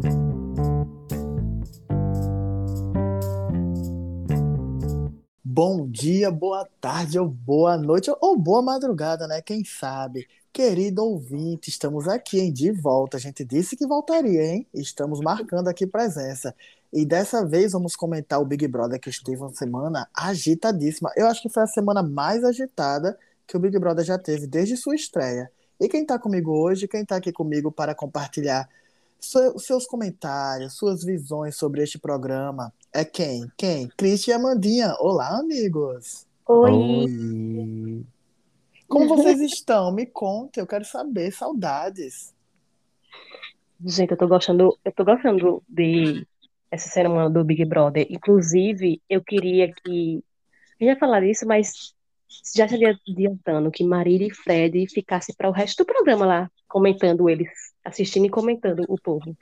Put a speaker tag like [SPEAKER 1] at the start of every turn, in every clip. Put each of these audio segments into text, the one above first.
[SPEAKER 1] Bom dia, boa tarde ou boa noite ou boa madrugada, né? Quem sabe? Querido ouvinte, estamos aqui, hein? De volta. A gente disse que voltaria, hein? Estamos marcando aqui presença. E dessa vez vamos comentar o Big Brother que esteve uma semana agitadíssima. Eu acho que foi a semana mais agitada que o Big Brother já teve desde sua estreia. E quem tá comigo hoje, quem tá aqui comigo para compartilhar seus comentários, suas visões sobre este programa é quem? Quem? Cristi e Amandinha. Olá, amigos.
[SPEAKER 2] Oi,
[SPEAKER 3] Oi!
[SPEAKER 1] Como vocês estão? Me conte, eu quero saber. Saudades.
[SPEAKER 2] gente, eu tô gostando de essa semana do Big Brother. Inclusive, eu queria que, eu ia falar isso, mas já estaria adiantando que Marília e Fred ficassem para o resto do programa lá, comentando eles, assistindo e comentando o povo.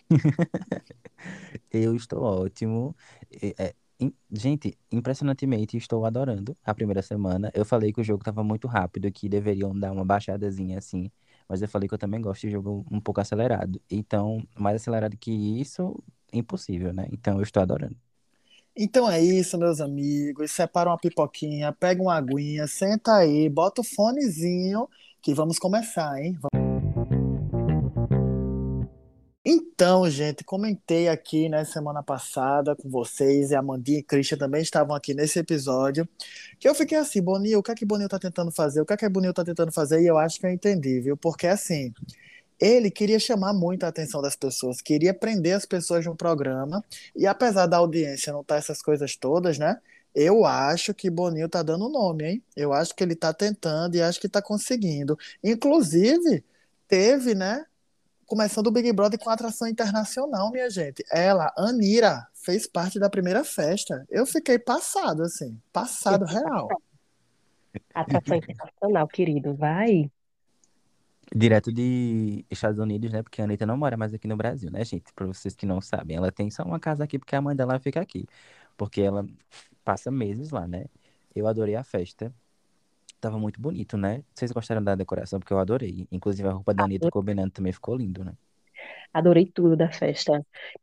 [SPEAKER 3] Eu estou ótimo. Gente, impressionantemente, estou adorando a primeira semana. Eu falei que o jogo estava muito rápido, que deveriam dar uma baixadazinha assim, mas eu falei que eu também gosto de jogo um pouco acelerado. Então, mais acelerado que isso, impossível, né? Então, eu estou adorando.
[SPEAKER 1] Então é isso, meus amigos. Separa uma pipoquinha, pega uma aguinha, senta aí, bota o fonezinho que vamos começar, hein? Então, gente, comentei aqui, né, semana passada com vocês, e a Amandinha e Christian também estavam aqui nesse episódio, que eu fiquei assim, Boninho, o que é que Boninho tá tentando fazer? O que é que Boninho tá tentando fazer? E eu acho que eu entendi, viu? Porque assim, ele queria chamar muito a atenção das pessoas, queria prender as pessoas no programa, e apesar da audiência não estar essas coisas todas, né? Eu acho que Boninho tá dando nome, hein? Eu acho que ele tá tentando e acho que tá conseguindo. Inclusive, teve, né? Começando o Big Brother com atração internacional, minha gente. Ela, Anira, fez parte da primeira festa. Eu fiquei passado, assim,
[SPEAKER 2] Eu
[SPEAKER 1] passado
[SPEAKER 2] fiquei
[SPEAKER 1] real.
[SPEAKER 2] passada. Atração internacional, querido, vai.
[SPEAKER 3] Direto de Estados Unidos, né? Porque a Anitta não mora mais aqui no Brasil, né, gente? Pra vocês que não sabem. Ela tem só uma casa aqui porque a mãe dela fica aqui. Porque ela passa meses lá, né? Eu adorei a festa. Tava muito bonito, né? Vocês gostaram da decoração? Porque eu adorei. Inclusive a roupa da Anitta combinando também ficou lindo, né?
[SPEAKER 2] Adorei tudo da festa.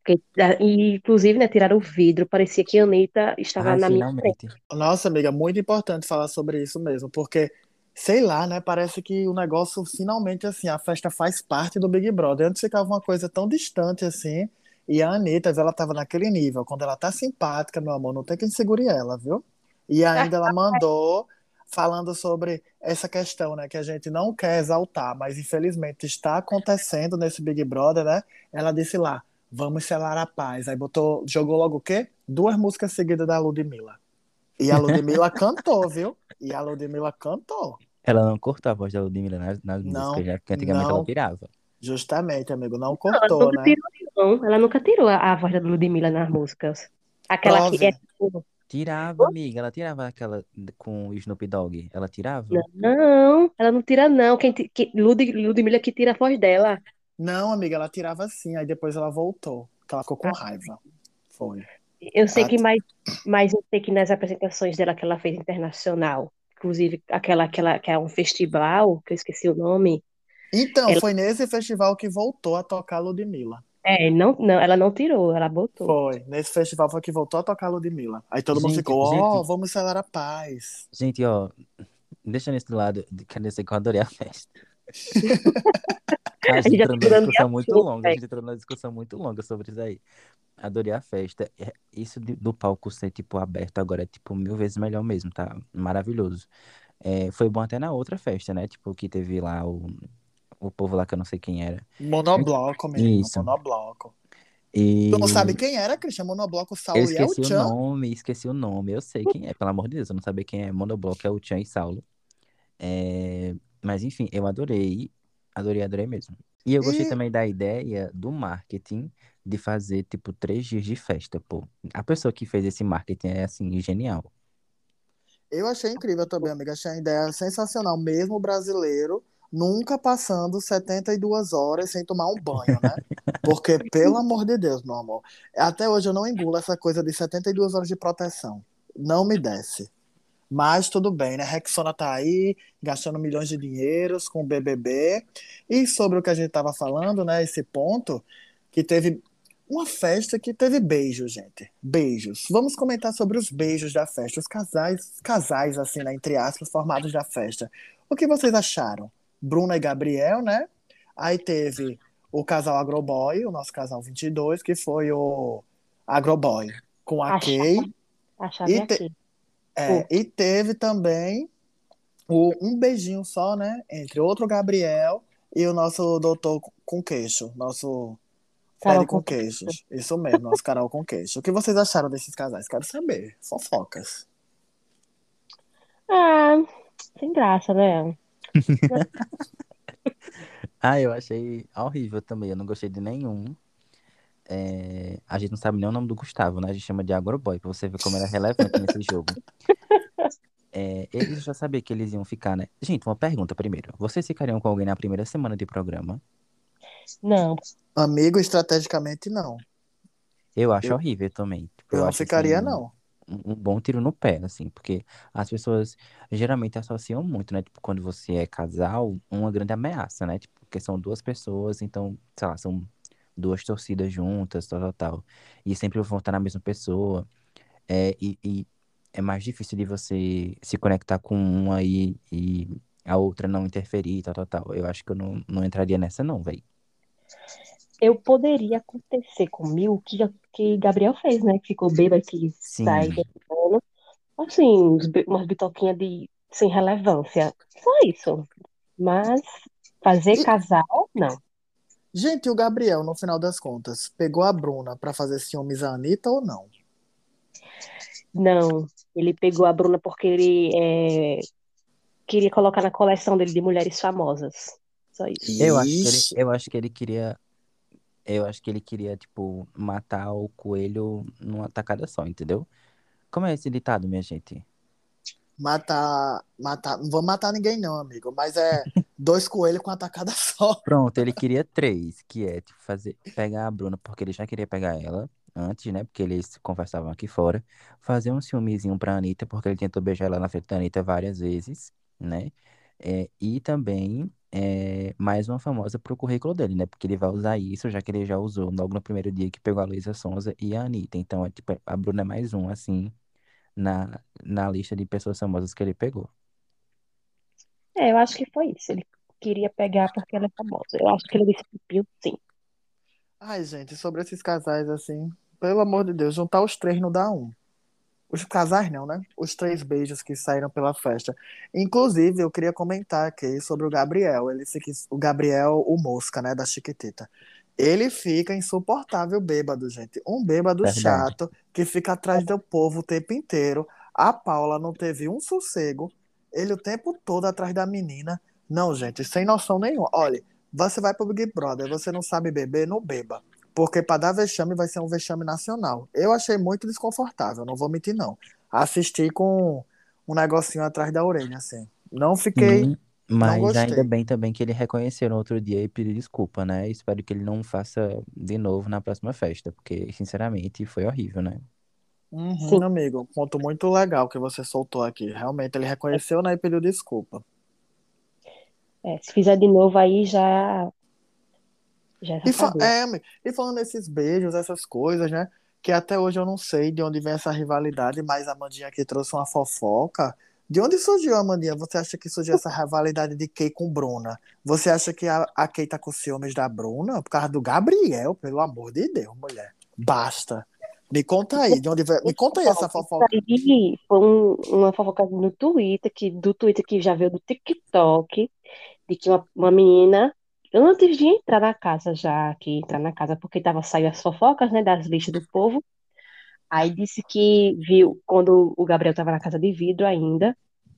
[SPEAKER 2] E, inclusive, né, tiraram o vidro, parecia que a Anitta estava
[SPEAKER 3] Ai,
[SPEAKER 2] na minha frente.
[SPEAKER 3] finalmente.
[SPEAKER 1] Nossa, amiga, muito importante falar sobre isso mesmo, porque, sei lá, né? Parece que o negócio, finalmente, assim, a festa faz parte do Big Brother. Antes ficava uma coisa tão distante assim, e a Anitta, ela tava naquele nível. Quando ela tá simpática, meu amor, não tem quem segure ela, viu? E ainda ela mandou falando sobre essa questão, né, que a gente não quer exaltar, mas infelizmente está acontecendo nesse Big Brother, né? Ela disse lá, vamos selar a paz. Aí botou, jogou logo o quê? Duas músicas seguidas da Ludmilla. E a Ludmilla cantou, viu? E a Ludmilla cantou.
[SPEAKER 3] Ela não cortou a voz da Ludmilla nas músicas,
[SPEAKER 1] Não,
[SPEAKER 3] já que antigamente ela
[SPEAKER 1] não,
[SPEAKER 3] tirava.
[SPEAKER 1] justamente, amigo, não
[SPEAKER 2] Não, ela
[SPEAKER 1] cortou,
[SPEAKER 2] nunca
[SPEAKER 1] né?
[SPEAKER 2] tirou, não. Ela nunca tirou a voz da Ludmilla nas músicas. Aquela que é.
[SPEAKER 1] Prove.
[SPEAKER 2] Tipo,
[SPEAKER 3] Tirava, amiga. Ela tirava aquela com o Snoop Dogg. Ela tirava.
[SPEAKER 2] não, ela não tira, não. Ludmilla que tira a voz dela.
[SPEAKER 1] Não, amiga, ela tirava assim, aí depois ela voltou, porque ela ficou com
[SPEAKER 2] Ah,
[SPEAKER 1] raiva. Foi.
[SPEAKER 2] eu sei
[SPEAKER 1] Ela-
[SPEAKER 2] que mais eu sei que nas apresentações dela que ela fez internacional, inclusive aquela que é um festival, que eu esqueci o nome,
[SPEAKER 1] Então,
[SPEAKER 2] ela,
[SPEAKER 1] foi nesse festival que voltou a tocar Ludmilla.
[SPEAKER 2] não, ela não tirou, ela botou.
[SPEAKER 1] Foi. Nesse festival foi que voltou a tocar Ludmilla. Aí todo mundo
[SPEAKER 3] Gente,
[SPEAKER 1] ficou, ó,
[SPEAKER 3] gente,
[SPEAKER 1] vamos selar a paz.
[SPEAKER 3] gente, ó. Deixando isso de lado, quero dizer que eu adorei a festa. A
[SPEAKER 2] A gente
[SPEAKER 3] gente
[SPEAKER 2] já
[SPEAKER 3] entrou
[SPEAKER 2] tá
[SPEAKER 3] numa
[SPEAKER 2] mudando de
[SPEAKER 3] discussão muito
[SPEAKER 2] assunto,
[SPEAKER 3] longa. A
[SPEAKER 2] velho.
[SPEAKER 3] gente entrou numa discussão muito longa sobre isso aí. Adorei a festa. Isso do palco ser, tipo, aberto agora é, tipo, mil vezes melhor mesmo, tá? Maravilhoso. É, foi bom até na outra festa, né? Tipo, que teve lá o povo lá que eu não sei quem era.
[SPEAKER 1] Monobloco, menino,
[SPEAKER 3] Isso.
[SPEAKER 1] monobloco. Tu não sabe
[SPEAKER 3] E
[SPEAKER 1] quem era, Christian? Monobloco,
[SPEAKER 3] eu
[SPEAKER 1] Saulo e El
[SPEAKER 3] esqueci o
[SPEAKER 1] Chan?
[SPEAKER 3] nome, esqueci o nome. Eu sei quem é, pelo amor de Deus, eu não sabia quem é. Monobloco é o Tchan e Saulo. É, mas enfim, eu adorei. Adorei, adorei mesmo. E eu gostei
[SPEAKER 1] E
[SPEAKER 3] também da ideia do marketing de fazer, tipo, 3 dias de festa, pô. A pessoa que fez esse marketing é, assim, genial.
[SPEAKER 1] eu achei incrível também, amiga. Achei a ideia sensacional, mesmo o brasileiro nunca passando 72 horas sem tomar um banho, né? Porque, pelo amor de Deus, meu amor, até hoje eu não engulo essa coisa de 72 horas de proteção. Não me desce. Mas tudo bem, né? Rexona tá aí, gastando milhões de dinheiros com o BBB. E sobre o que a gente estava falando, né? Esse ponto, que teve. Uma festa que teve beijos, gente. Beijos. Vamos comentar sobre os beijos da festa. Os casais, assim, né, entre aspas, formados da festa. O que vocês acharam? Bruna e Gabriel, né? Aí teve o casal Agroboy, o nosso casal 22, que foi o Agroboy com a
[SPEAKER 2] A chave,
[SPEAKER 1] Kay.
[SPEAKER 2] a chave
[SPEAKER 1] E,
[SPEAKER 2] é aqui. Pô,
[SPEAKER 1] e teve também um beijinho só, né? Entre outro Gabriel e o nosso doutor com queixo. Nosso Fred
[SPEAKER 2] Carol
[SPEAKER 1] com
[SPEAKER 2] com
[SPEAKER 1] queixos. Isso mesmo, nosso Carol com queixo. O que vocês acharam desses casais? Quero saber. Fofocas.
[SPEAKER 2] Ah, sem graça, né?
[SPEAKER 3] Ah, eu achei horrível também. Eu não gostei de nenhum. A gente não sabe nem o nome do Gustavo, né? A gente chama de Agroboy, pra você ver como era relevante nesse jogo. Eles já sabiam que eles iam ficar, né? Gente, uma pergunta primeiro. Vocês ficariam com alguém na primeira semana de programa?
[SPEAKER 2] Não,
[SPEAKER 1] Amigo, estrategicamente, não.
[SPEAKER 3] Eu acho
[SPEAKER 1] Eu,
[SPEAKER 3] horrível também. Tipo,
[SPEAKER 1] eu
[SPEAKER 3] eu
[SPEAKER 1] não
[SPEAKER 3] acho
[SPEAKER 1] ficaria,
[SPEAKER 3] assim,
[SPEAKER 1] não.
[SPEAKER 3] um bom tiro no pé, assim, porque as pessoas geralmente associam muito, né? Tipo, quando você é casal, uma grande ameaça, né? Tipo, porque são duas pessoas, então, sei lá, são duas torcidas juntas, tal, tal, tal. E sempre vão estar na mesma pessoa. E é mais difícil de você se conectar com uma e a outra não interferir, tal, tal, tal. Eu acho que eu não entraria nessa, não, velho.
[SPEAKER 2] eu poderia acontecer comigo o que Gabriel fez, né? Que ficou bêbado, que sai
[SPEAKER 3] Sim.
[SPEAKER 2] bebendo. Assim, umas bitoquinhas de sem relevância. Só isso. Mas fazer
[SPEAKER 1] E,
[SPEAKER 2] casal, não.
[SPEAKER 1] gente, o Gabriel, no final das contas, pegou a Bruna pra fazer ciúmes à Anitta ou não?
[SPEAKER 2] Não. Ele pegou a Bruna porque ele queria colocar na coleção dele de mulheres famosas. Só isso.
[SPEAKER 1] Ixi,
[SPEAKER 3] Eu acho que ele queria, tipo, matar o coelho numa tacada só, entendeu? Como é esse ditado, minha gente?
[SPEAKER 1] matar. Não vou matar ninguém, não, amigo. Mas é dois coelhos com a tacada só.
[SPEAKER 3] Pronto, ele queria três, que é, tipo, pegar a Bruna, porque ele já queria pegar ela antes, né? Porque eles conversavam aqui fora. Fazer um ciúmezinho pra Anitta, porque ele tentou beijar ela na frente da Anitta várias vezes, né? E também mais uma famosa pro currículo dele, né? Porque ele vai usar isso, já que ele já usou logo no primeiro dia que pegou a Luísa Sonza e a Anitta. Então, tipo, a Bruna é mais um, assim, na lista de pessoas famosas que ele pegou.
[SPEAKER 2] Eu acho que foi isso. Ele queria pegar porque ela é famosa. Eu acho que ele disse piu, sim.
[SPEAKER 1] Ai, gente, sobre esses casais, assim, pelo amor de Deus, juntar os três não dá um. Os casais não, né? Os três beijos que saíram pela festa. Inclusive, eu queria comentar aqui sobre o Gabriel. O Gabriel, o Mosca, né, da Chiquitita. Ele fica insuportável bêbado, gente. Um bêbado
[SPEAKER 3] Verdade.
[SPEAKER 1] chato que fica atrás do povo o tempo inteiro. A Paula não teve um sossego. Ele o tempo todo atrás da menina. Não, gente, sem noção nenhuma. Olha, você vai pro Big Brother, você não sabe beber, não beba. Porque para dar vexame vai ser um vexame nacional. Eu achei muito desconfortável, não vou mentir, não. Assisti com um negocinho atrás da orelha, assim. Não fiquei,
[SPEAKER 3] Sim,
[SPEAKER 1] não
[SPEAKER 3] mas ainda
[SPEAKER 1] gostei.
[SPEAKER 3] bem também que ele reconheceu no outro dia e pediu desculpa, né? Espero que ele não faça de novo na próxima festa, porque, sinceramente, foi horrível, né?
[SPEAKER 2] Sim.
[SPEAKER 1] Uhum, amigo, ponto muito legal que você soltou aqui. Realmente, ele reconheceu, né, e pediu desculpa.
[SPEAKER 2] Se fizer de novo aí já é safadeza.
[SPEAKER 1] E falando nesses beijos, essas coisas, né? Que até hoje eu não sei de onde vem essa rivalidade, mas a Amandinha aqui trouxe uma fofoca. De onde surgiu, Amandinha? Você acha que surgiu essa rivalidade de Kay com Bruna? Você acha que a Kay tá com ciúmes da Bruna? Por causa do Gabriel, pelo amor de Deus, mulher. Basta. Me conta aí, me conta aí essa
[SPEAKER 2] Isso
[SPEAKER 1] fofoca.
[SPEAKER 2] aí foi uma fofoca no Twitter, do Twitter que já veio do TikTok, de que uma menina, antes de entrar na casa, já que entrar na casa, porque tava saindo as fofocas, né, das listas do povo, aí disse que viu, quando o Gabriel tava na casa de vidro ainda,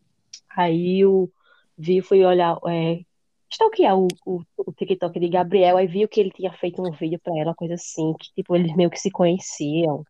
[SPEAKER 2] aí foi olhar, stalkear o TikTok de Gabriel, aí viu que ele tinha feito um vídeo pra ela, coisa assim, que tipo, eles meio que se conheciam.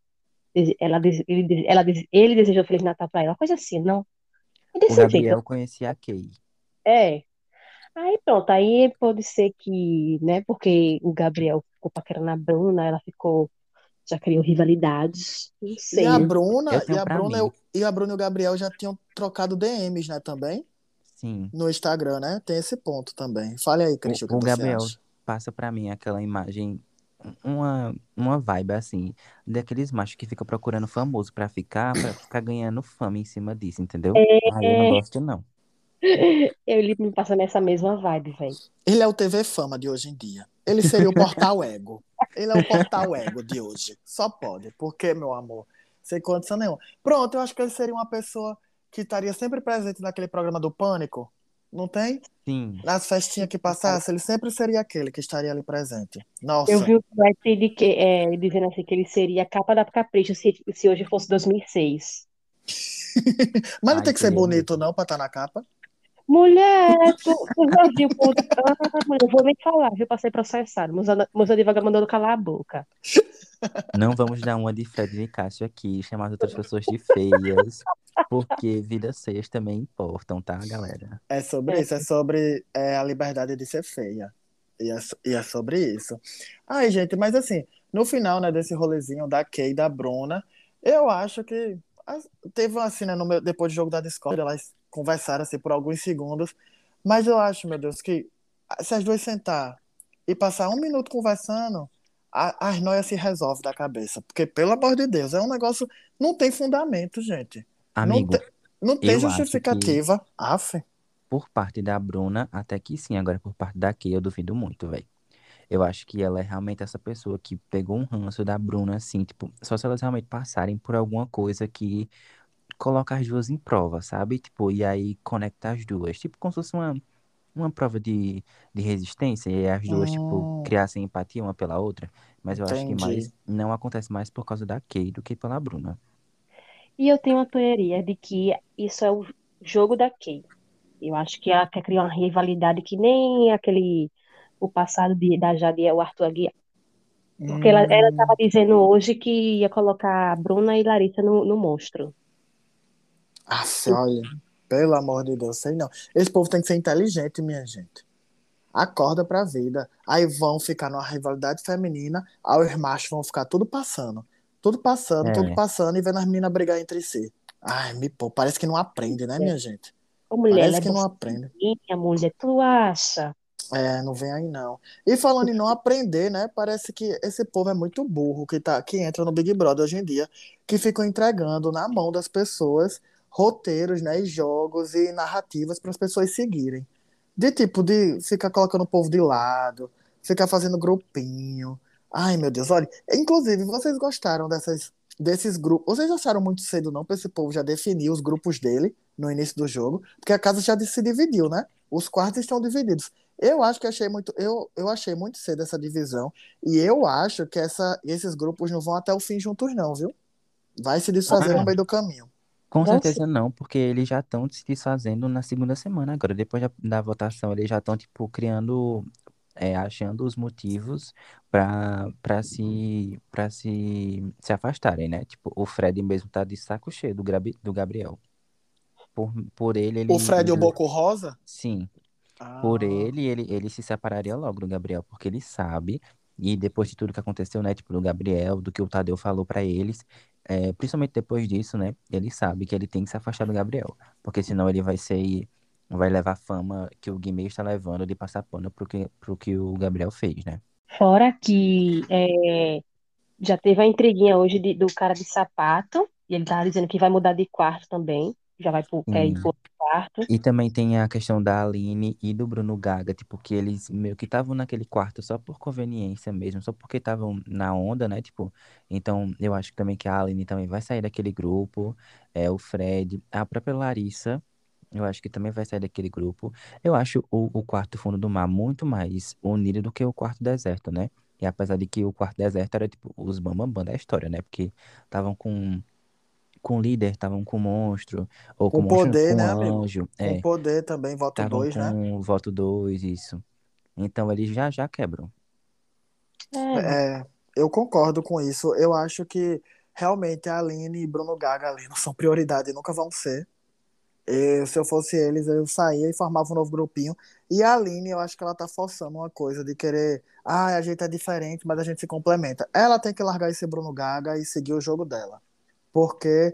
[SPEAKER 2] Ele desejou Feliz Natal pra ela, coisa assim, não? É
[SPEAKER 3] O
[SPEAKER 2] desse jeito.
[SPEAKER 3] Gabriel conhecia a Kay.
[SPEAKER 2] É. Aí pronto, aí pode ser que, né, porque o Gabriel ficou paquerando a Bruna, ela ficou, já criou rivalidades, não
[SPEAKER 1] E
[SPEAKER 2] sei.
[SPEAKER 1] a
[SPEAKER 3] Eu
[SPEAKER 1] Bruna, e
[SPEAKER 3] tenho
[SPEAKER 1] a
[SPEAKER 3] pra
[SPEAKER 1] Bruna,
[SPEAKER 3] mim,
[SPEAKER 1] e a Bruna e o Gabriel já tinham trocado DMs, né, também?
[SPEAKER 3] sim,
[SPEAKER 1] No Instagram, né? Tem esse ponto também. Fale aí, Cristian, o que
[SPEAKER 3] o
[SPEAKER 1] você
[SPEAKER 3] Gabriel
[SPEAKER 1] acha?
[SPEAKER 3] passa pra mim aquela imagem uma vibe assim, daqueles machos que ficam procurando famoso pra ficar ganhando fama em cima disso, entendeu? Aí eu não
[SPEAKER 2] É,
[SPEAKER 3] gosto, não.
[SPEAKER 2] ele me passa nessa mesma vibe, velho.
[SPEAKER 1] Ele é o TV Fama de hoje em dia. Ele seria o Portal Ego. Ele é o Portal Ego de hoje. Só pode. Porque, meu amor, sem condição nenhuma. Pronto, eu acho que ele seria uma pessoa que estaria sempre presente naquele programa do Pânico. Não tem?
[SPEAKER 3] Sim.
[SPEAKER 1] Nas festinhas que passasse, ele sempre seria aquele que estaria ali presente.
[SPEAKER 2] Eu
[SPEAKER 1] Nossa.
[SPEAKER 2] vi o tweet dizendo assim que ele seria a capa da Capricho se hoje fosse 2006.
[SPEAKER 1] Mas não
[SPEAKER 3] Ai,
[SPEAKER 1] tem que ser
[SPEAKER 3] queria
[SPEAKER 1] bonito,
[SPEAKER 3] mesmo.
[SPEAKER 1] não, pra estar na capa.
[SPEAKER 2] Mulher, tu já viu quanto. Ah, mulher, eu vou nem falar, viu? Passei processado. Meus advogados mandando calar a boca.
[SPEAKER 3] Não vamos dar uma de Fred e Cássio aqui, chamar as outras pessoas de feias, porque vidas feias também importam, tá, galera?
[SPEAKER 1] É sobre
[SPEAKER 2] É,
[SPEAKER 1] isso, é sobre a liberdade de ser feia. E é sobre isso. Ai, gente, mas assim, no final, né, desse rolezinho da Kay e da Bruna, eu acho que teve assim, né, depois do jogo da Discord, elas conversaram assim por alguns segundos, mas eu acho, meu Deus, que se as duas sentar e passar um minuto conversando, as noias se resolvem da cabeça. Porque, pelo amor de Deus, é um negócio, não tem fundamento, gente. Não,
[SPEAKER 3] Amigo,
[SPEAKER 1] não tem
[SPEAKER 3] eu acho que
[SPEAKER 1] justificativa. Aff.
[SPEAKER 3] por parte da Bruna, até que sim, agora por parte da Kay eu duvido muito, velho. Eu acho que ela é realmente essa pessoa que pegou um ranço da Bruna, assim, tipo, só se elas realmente passarem por alguma coisa que coloca as duas em prova, sabe? Tipo, e aí conecta as duas. Tipo, como se fosse uma prova de resistência, e aí as duas, tipo,
[SPEAKER 1] Hum,
[SPEAKER 3] criassem empatia uma pela outra. Mas eu acho que
[SPEAKER 1] entendi.
[SPEAKER 3] mais não acontece mais por causa da Kay do que pela Bruna.
[SPEAKER 2] e eu tenho uma teoria de que isso é o jogo da Kay. Eu acho que ela quer criar uma rivalidade que nem o passado da Jade e o Arthur Aguiar. Porque ela estava
[SPEAKER 1] Hum,
[SPEAKER 2] dizendo hoje que ia colocar a Bruna e Larissa no monstro.
[SPEAKER 1] olha, pelo amor de Deus, sei não. Esse povo tem que ser inteligente, minha gente. Acorda pra vida. Aí vão ficar numa rivalidade feminina, aí os machos vão ficar tudo passando. Tudo
[SPEAKER 3] É,
[SPEAKER 1] passando e vendo as meninas brigar entre si. Ai, pô, parece que não aprende, né, minha gente?
[SPEAKER 2] Ô, mulher, ela
[SPEAKER 1] Parece
[SPEAKER 2] é
[SPEAKER 1] que não aprende.
[SPEAKER 2] bonzinha, mulher, tu acha?
[SPEAKER 1] É, não vem aí não. E falando em não aprender, né? Parece que esse povo é muito burro que entra no Big Brother hoje em dia, que ficam entregando na mão das pessoas roteiros, né, e jogos e narrativas para as pessoas seguirem. De tipo de ficar colocando o povo de lado, ficar fazendo grupinho. Ai, meu Deus, olha, inclusive, vocês gostaram desses grupos? Vocês acharam muito cedo não para esse povo já definir os grupos dele no início do jogo? Porque a casa já se dividiu, né? Os quartos estão divididos. Eu acho que eu achei muito cedo essa divisão e eu acho que esses grupos não vão até o fim juntos não, viu? Vai se desfazer no
[SPEAKER 3] ah,
[SPEAKER 1] meio do caminho.
[SPEAKER 3] com
[SPEAKER 2] Vão sim.
[SPEAKER 3] certeza não, porque eles já estão se desfazendo na segunda semana agora. Depois da votação, eles já estão, tipo, criando, achando os motivos para se afastarem, né? Tipo, o Fred mesmo tá de saco cheio do Gabriel. Por ele,
[SPEAKER 1] O
[SPEAKER 3] ele,
[SPEAKER 1] Fred e o
[SPEAKER 3] ele,
[SPEAKER 1] Boco Rosa?
[SPEAKER 3] sim, por
[SPEAKER 1] Ah,
[SPEAKER 3] ele se separaria logo do Gabriel, porque ele sabe, e depois de tudo que aconteceu, né, tipo, do Gabriel, do que o Tadeu falou pra eles, principalmente depois disso, né, ele sabe que ele tem que se afastar do Gabriel, porque senão ele vai levar fama que o Guimê está levando de passar pano pro que o Gabriel fez, né?
[SPEAKER 2] Fora que já teve a intriguinha hoje do cara de sapato, e ele tava dizendo que vai mudar de quarto também, já vai ir pro
[SPEAKER 3] Sim.
[SPEAKER 2] outro quarto.
[SPEAKER 3] E também tem a questão da Aline e do Bruno Gaga, tipo, que eles meio que estavam naquele quarto só por conveniência mesmo, só porque estavam na onda, né? Tipo, então eu acho que também que a Aline também vai sair daquele grupo, o Fred, a própria Larissa, eu acho que também vai sair daquele grupo. Eu acho o quarto fundo do mar muito mais unido do que o quarto deserto, né? E apesar de que o quarto deserto era, tipo, os bambambam da história, né? Porque estavam com o líder, estavam com o monstro, ou com
[SPEAKER 1] com
[SPEAKER 3] o monstro, não,
[SPEAKER 1] poder,
[SPEAKER 3] com
[SPEAKER 1] né,
[SPEAKER 3] o
[SPEAKER 1] amigo?
[SPEAKER 3] anjo,
[SPEAKER 1] Com poder também, voto
[SPEAKER 3] estavam
[SPEAKER 1] 2, né?
[SPEAKER 3] com o voto 2 isso. Então eles já quebram.
[SPEAKER 2] É,
[SPEAKER 1] É, eu concordo com isso. Eu acho que realmente a Aline e Bruno Gaga ali não são prioridade, nunca vão ser. Se eu fosse eles, eu saía e formava um novo grupinho. E a Aline, eu acho que ela tá forçando uma coisa de querer. Ah, a gente é diferente, mas a gente se complementa. Ela tem que largar esse Bruno Gaga e seguir o jogo dela. Porque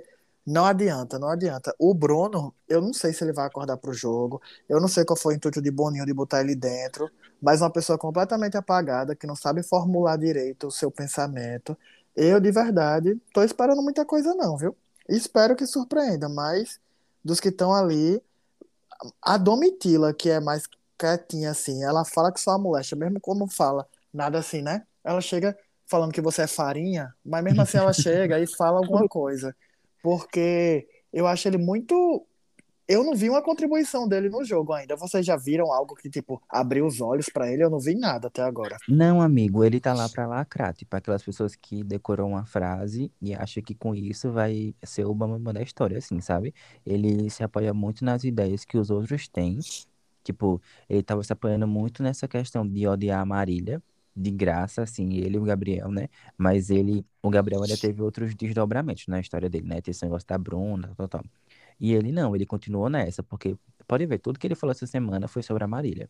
[SPEAKER 1] Não adianta, não adianta. O Bruno, eu não sei se ele vai acordar pro jogo. Eu não sei qual foi o intuito de Boninho de botar ele dentro. Mas uma pessoa completamente apagada, que não sabe formular direito o seu pensamento. Eu, de verdade, tô esperando muita coisa, não, viu? Espero que surpreenda, mas dos que estão ali, a Domitila, que é mais quietinha assim, ela fala que só a molesta, mesmo como fala nada assim, né? Ela chega falando que você é farinha, mas mesmo assim ela chega e fala alguma coisa. Porque eu acho ele muito. Eu não vi uma contribuição dele no jogo ainda. Vocês já viram algo que, tipo, abriu os olhos pra ele? Eu não vi nada até agora.
[SPEAKER 3] Não, amigo, ele tá lá pra lacrar, tipo, aquelas pessoas que decoram uma frase e acham que com isso vai ser o bambambam da história, assim, sabe? Ele se apoia muito nas ideias que os outros têm. Tipo, ele tava se apoiando muito nessa questão de odiar a Marília, de graça, assim, ele e o Gabriel, né? Mas o Gabriel ainda teve outros desdobramentos na história dele, né? Tem esse negócio da Bruna, tal, tal. E ele não, ele continuou nessa, porque pode ver, tudo que ele falou essa semana foi sobre a Marília.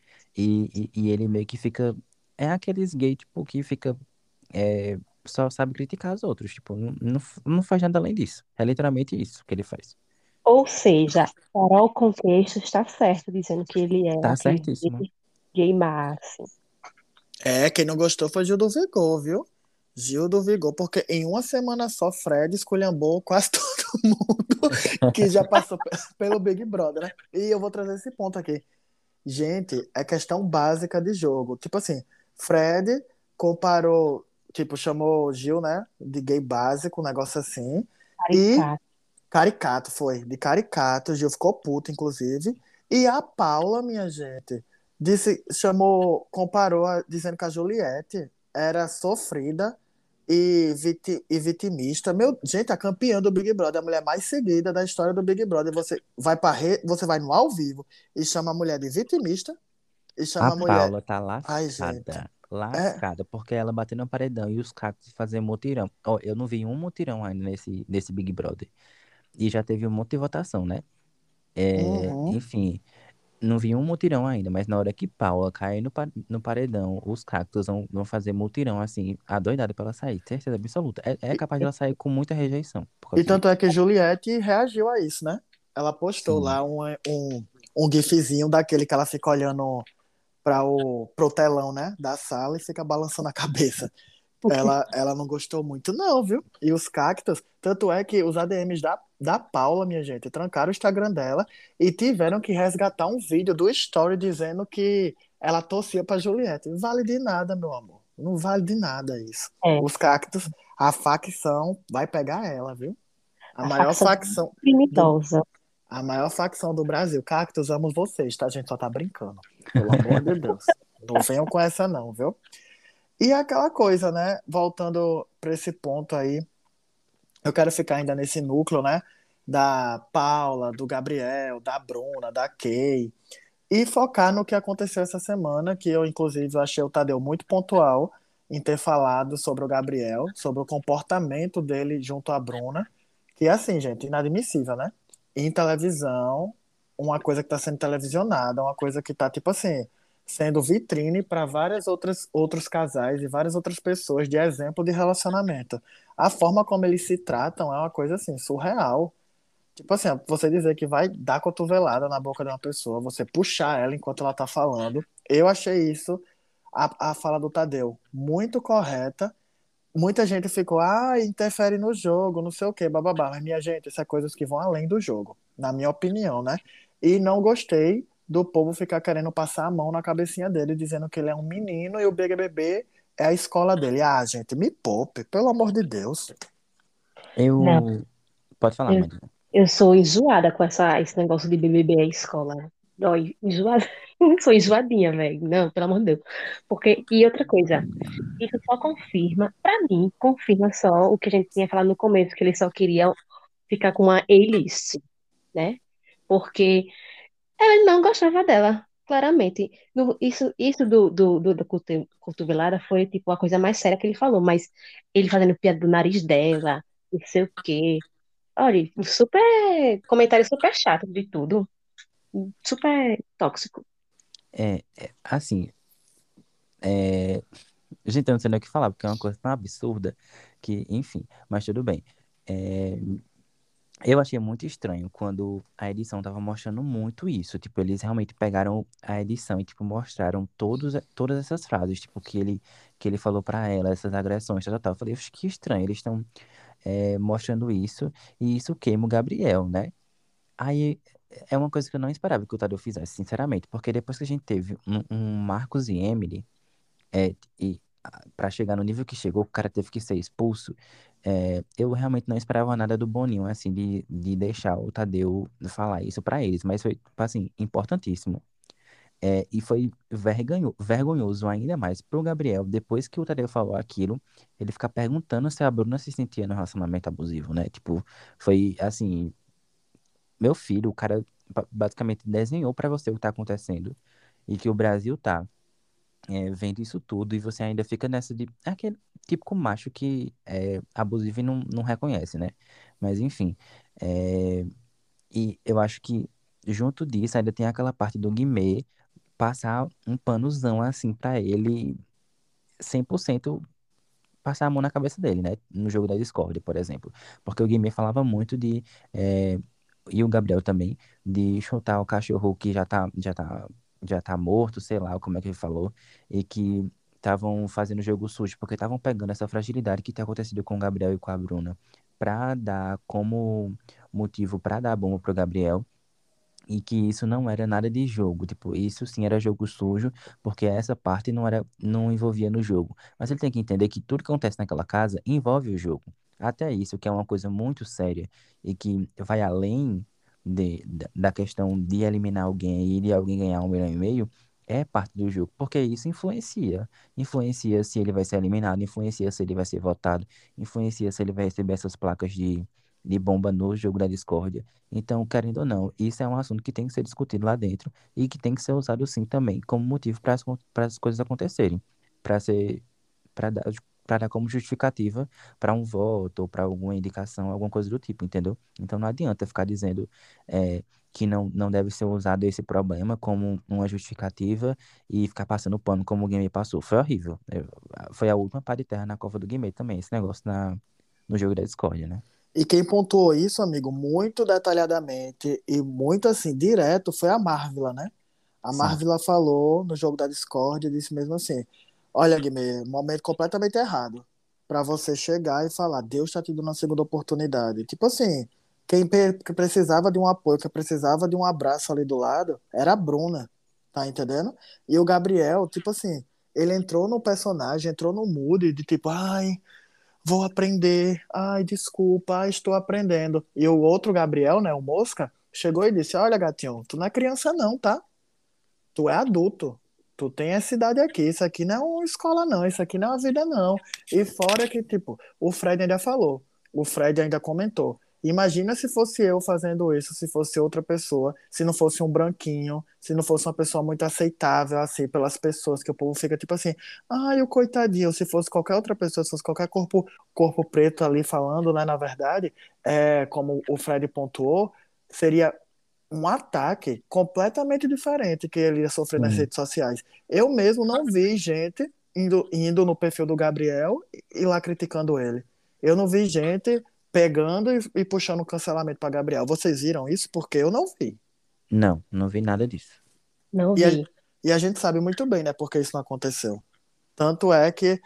[SPEAKER 3] E ele meio que fica. É aqueles gay, tipo, que fica. é, Só sabe criticar os outros. Tipo, não faz nada além disso. É literalmente isso que ele faz.
[SPEAKER 2] Ou seja, Carol Contexto está certo, dizendo que ele é
[SPEAKER 3] Tá
[SPEAKER 2] aquele
[SPEAKER 3] certíssimo.
[SPEAKER 2] gay máximo.
[SPEAKER 1] É, quem não gostou foi Gil do Vigor, viu? Gil do Vigor, porque em uma semana só, Fred esculhambou quase todo mundo que já passou pelo Big Brother, né? E eu vou trazer esse ponto aqui. Gente, é questão básica de jogo. Tipo assim, Fred comparou, tipo, chamou Gil, né, de gay básico, um negócio assim. E
[SPEAKER 2] Caricato.
[SPEAKER 1] caricato foi, de caricato. Gil ficou puto, inclusive. E a Paula, minha gente, comparou, dizendo que a Juliette era sofrida e vitimista. Meu, gente, a campeã do Big Brother, a mulher mais seguida da história do Big Brother. Você vai no ao vivo e chama a mulher de vitimista e
[SPEAKER 3] A
[SPEAKER 1] chama a mulher.
[SPEAKER 3] Paula tá
[SPEAKER 1] Ai, gente.
[SPEAKER 3] lascada.
[SPEAKER 1] É.
[SPEAKER 3] Lascada, porque ela bateu no paredão e os cactos fazer mutirão. Ó, eu não vi um mutirão ainda nesse Big Brother. E já teve um monte de votação, né?
[SPEAKER 1] Uhum.
[SPEAKER 3] Enfim, não vi um mutirão ainda, mas na hora que Paula cair no paredão, os cactos vão fazer mutirão, assim, adoidado pra ela sair. Certeza absoluta. É capaz de ela sair com muita rejeição por
[SPEAKER 1] E
[SPEAKER 3] causa
[SPEAKER 1] tanto é
[SPEAKER 3] disso.
[SPEAKER 1] que Juliette reagiu a isso, né? Ela postou
[SPEAKER 3] Sim.
[SPEAKER 1] lá um gifzinho daquele que ela fica olhando pro telão, né? Da sala e fica balançando a cabeça. Ela não gostou muito, não, viu? E os cactos, tanto é que os ADMs da Paula, minha gente, trancaram o Instagram dela e tiveram que resgatar um vídeo do Story dizendo que ela torcia pra Juliette. Não vale de nada, meu amor. Não vale de nada isso.
[SPEAKER 2] É,
[SPEAKER 1] Os cactos, a facção vai pegar ela, viu? A
[SPEAKER 2] a
[SPEAKER 1] maior
[SPEAKER 2] facção
[SPEAKER 1] facção do,
[SPEAKER 2] criminosa.
[SPEAKER 1] a maior facção do Brasil. Cactos, amo vocês, tá? A gente só tá brincando. Pelo amor de Deus. Não venham com essa, não, viu? E aquela coisa, né? Voltando para esse ponto aí, eu quero ficar ainda nesse núcleo, né? Da Paula, do Gabriel, da Bruna, da Kay, e focar no que aconteceu essa semana, que eu, inclusive, achei o Tadeu muito pontual em ter falado sobre o Gabriel, sobre o comportamento dele junto à Bruna, que é assim, gente, inadmissível, né? Em televisão, uma coisa que está sendo televisionada, uma coisa que está, tipo assim, sendo vitrine para várias outros casais e várias outras pessoas de exemplo de relacionamento. A forma como eles se tratam é uma coisa assim, surreal. Tipo assim, ó, você dizer que vai dar cotovelada na boca de uma pessoa, você puxar ela enquanto ela tá falando. Eu achei isso, a fala do Tadeu, muito correta. Muita gente ficou, interfere no jogo, não sei o quê, bababá. Mas, minha gente, isso é coisas que vão além do jogo, na minha opinião, né? E não gostei do povo ficar querendo passar a mão na cabecinha dele, dizendo que ele é um menino e o BBB é a escola dele. Ah, gente, me poupe, pelo amor de Deus.
[SPEAKER 2] Não,
[SPEAKER 3] Eu. Pode falar,
[SPEAKER 2] eu,
[SPEAKER 3] Marina.
[SPEAKER 2] eu sou enjoada com esse negócio de BBB à escola. Dói, enjoada. Sou enjoadinha, velho. Não, pelo amor de Deus. E outra coisa, isso só confirma, pra mim, confirma só o que a gente tinha falado no começo, que eles só queriam ficar com a A-list, né? Porque ela não gostava dela, claramente. Isso da cotovelada foi tipo a coisa mais séria que ele falou, mas ele fazendo piada do nariz dela, não sei o quê. Olha, super comentário super chato de tudo, super tóxico.
[SPEAKER 3] Assim, é, gente, eu não sei nem o que falar, porque é uma coisa tão absurda que, enfim, mas tudo bem. É, Eu achei muito estranho quando a edição tava mostrando muito isso. Tipo, eles realmente pegaram a edição e, tipo, mostraram todas essas frases, tipo, que ele falou pra ela, essas agressões, tal, tal, tal. Eu falei, "Oxe, que estranho, eles estão mostrando isso, e isso queima o Gabriel, né? Aí é uma coisa que eu não esperava que o Tadeu fizesse, sinceramente, porque depois que a gente teve um Marcos e Emily, e para chegar no nível que chegou, o cara teve que ser expulso. Eu realmente não esperava nada do Boninho, assim, de deixar o Tadeu falar isso pra eles, mas foi, tipo assim, importantíssimo. E foi vergonhoso ainda mais pro Gabriel, depois que o Tadeu falou aquilo, ele ficar perguntando se a Bruna se sentia no relacionamento abusivo, né? Tipo, foi assim, meu filho, o cara basicamente desenhou pra você o que tá acontecendo e que o Brasil tá vendo isso tudo e você ainda fica nessa de aquele típico macho que é abusivo e não reconhece, né? Mas enfim, é, e eu acho que junto disso ainda tem aquela parte do Guimê passar um panozão assim pra ele 100% passar a mão na cabeça dele, né? No jogo da Discord, por exemplo. Porque o Guimê falava muito eh, e o Gabriel também, de chutar o cachorro que já tá morto, sei lá como é que ele falou, e que estavam fazendo jogo sujo, porque estavam pegando essa fragilidade que tem acontecido com o Gabriel e com a Bruna, pra dar como motivo pra dar bomba pro Gabriel e que isso não era nada de jogo, tipo, isso sim era jogo sujo, porque essa parte não envolvia no jogo. Mas ele tem que entender que tudo que acontece naquela casa envolve o jogo. Até isso, que é uma coisa muito séria e que vai além da questão de eliminar alguém e de alguém ganhar 1,5 milhão, é parte do jogo, porque isso influencia. Influencia se ele vai ser eliminado, influencia se ele vai ser votado, influencia se ele vai receber essas placas de bomba no jogo da Discord. Então, querendo ou não, isso é um assunto que tem que ser discutido lá dentro e que tem que ser usado sim também como motivo para as coisas acontecerem, para ser para dar para dar como justificativa para um voto ou para alguma indicação, alguma coisa do tipo, entendeu? Então não adianta ficar dizendo que não deve ser usado esse problema como uma justificativa e ficar passando pano como o Game passou. Foi horrível. Foi a última pá de terra na cova do Game também, esse negócio no jogo da Discord, né?
[SPEAKER 1] E quem pontuou isso, amigo, muito detalhadamente e muito assim, direto, foi a Marvila, né? A
[SPEAKER 3] Sim.
[SPEAKER 1] Marvila falou no jogo da Discord e disse mesmo assim: Olha, Guimê, momento completamente errado para você chegar e falar, Deus está te dando uma segunda oportunidade. Tipo assim, que precisava de um apoio, que precisava de um abraço ali do lado, era a Bruna, tá entendendo? E o Gabriel, tipo assim, ele entrou no personagem, entrou no mood de tipo, ai, vou aprender, ai, desculpa, ai, estou aprendendo. E o outro Gabriel, né, o Mosca, chegou e disse: Olha, gatinho, tu não é criança, não, tá? Tu é adulto. Tu tem essa idade aqui. Isso aqui não é uma escola, não. Isso aqui não é uma vida, não. E fora que, tipo, o Fred ainda falou. O Fred ainda comentou. Imagina se fosse eu fazendo isso, se fosse outra pessoa, se não fosse um branquinho, se não fosse uma pessoa muito aceitável, assim, pelas pessoas, que o povo fica tipo assim, ai, o coitadinho, se fosse qualquer outra pessoa, se fosse qualquer corpo preto ali falando, né, na verdade, como o Fred pontuou, seria um ataque completamente diferente que ele ia sofrer nas
[SPEAKER 3] Sim.
[SPEAKER 1] redes sociais. Eu mesmo não vi gente indo no perfil do Gabriel e lá criticando ele. Eu não vi gente pegando e puxando cancelamento para Gabriel. Vocês viram isso? Porque eu não vi.
[SPEAKER 3] Não vi nada disso.
[SPEAKER 2] Não
[SPEAKER 1] E a,
[SPEAKER 2] vi.
[SPEAKER 1] e a gente sabe muito bem, né, porque isso não aconteceu. Tanto é que,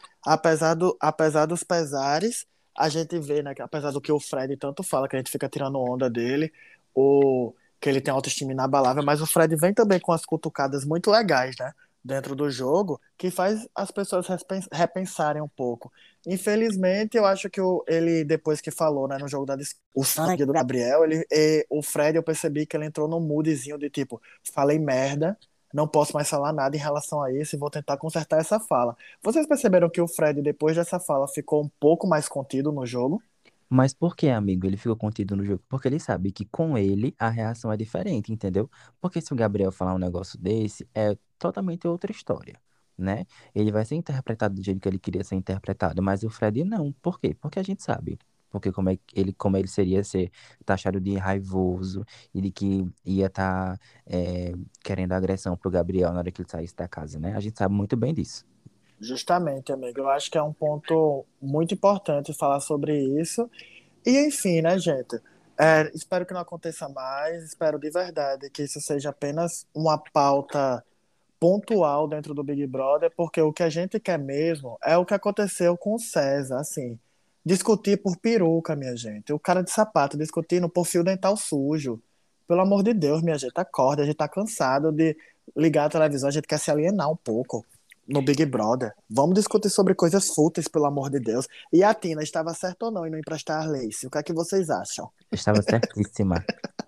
[SPEAKER 1] apesar dos pesares, a gente vê, né, que apesar do que o Fred tanto fala, que a gente fica tirando onda dele, ou que ele tem autoestima inabalável, mas o Fred vem também com as cutucadas muito legais, né, dentro do jogo, que faz as pessoas repensarem um pouco. Infelizmente, eu acho que ele, depois que falou, né, no jogo o sangue do Gabriel, o Fred, eu percebi que ele entrou num moodzinho de tipo, falei merda, não posso mais falar nada em relação a isso e vou tentar consertar essa fala. Vocês perceberam que o Fred, depois dessa fala, ficou um pouco mais contido no jogo?
[SPEAKER 3] Mas por que, amigo, ele ficou contido no jogo? Porque ele sabe que com ele a reação é diferente, entendeu? Porque se o Gabriel falar um negócio desse, é totalmente outra história, né? Ele vai ser interpretado do jeito que ele queria ser interpretado, mas o Fred não. Por quê? Porque a gente sabe. Porque como ele seria ser taxado de raivoso e de que ia estar querendo agressão pro Gabriel na hora que ele saísse da casa, né? A gente sabe muito bem disso.
[SPEAKER 1] Justamente, amigo. Eu acho que é um ponto muito importante falar sobre isso. E enfim, né, gente? Espero que não aconteça mais, espero de verdade que isso seja apenas uma pauta pontual dentro do Big Brother, porque o que a gente quer mesmo é o que aconteceu com o César, assim, discutir por peruca, minha gente. O cara de sapato discutindo por fio dental sujo. Pelo amor de Deus, minha gente, acorda, a gente tá cansado de ligar a televisão, a gente quer se alienar um pouco no Big Brother. Vamos discutir sobre coisas fúteis, pelo amor de Deus. E a Tina estava certa ou não em não emprestar a Lace? O que é que vocês acham?
[SPEAKER 3] Estava certíssima.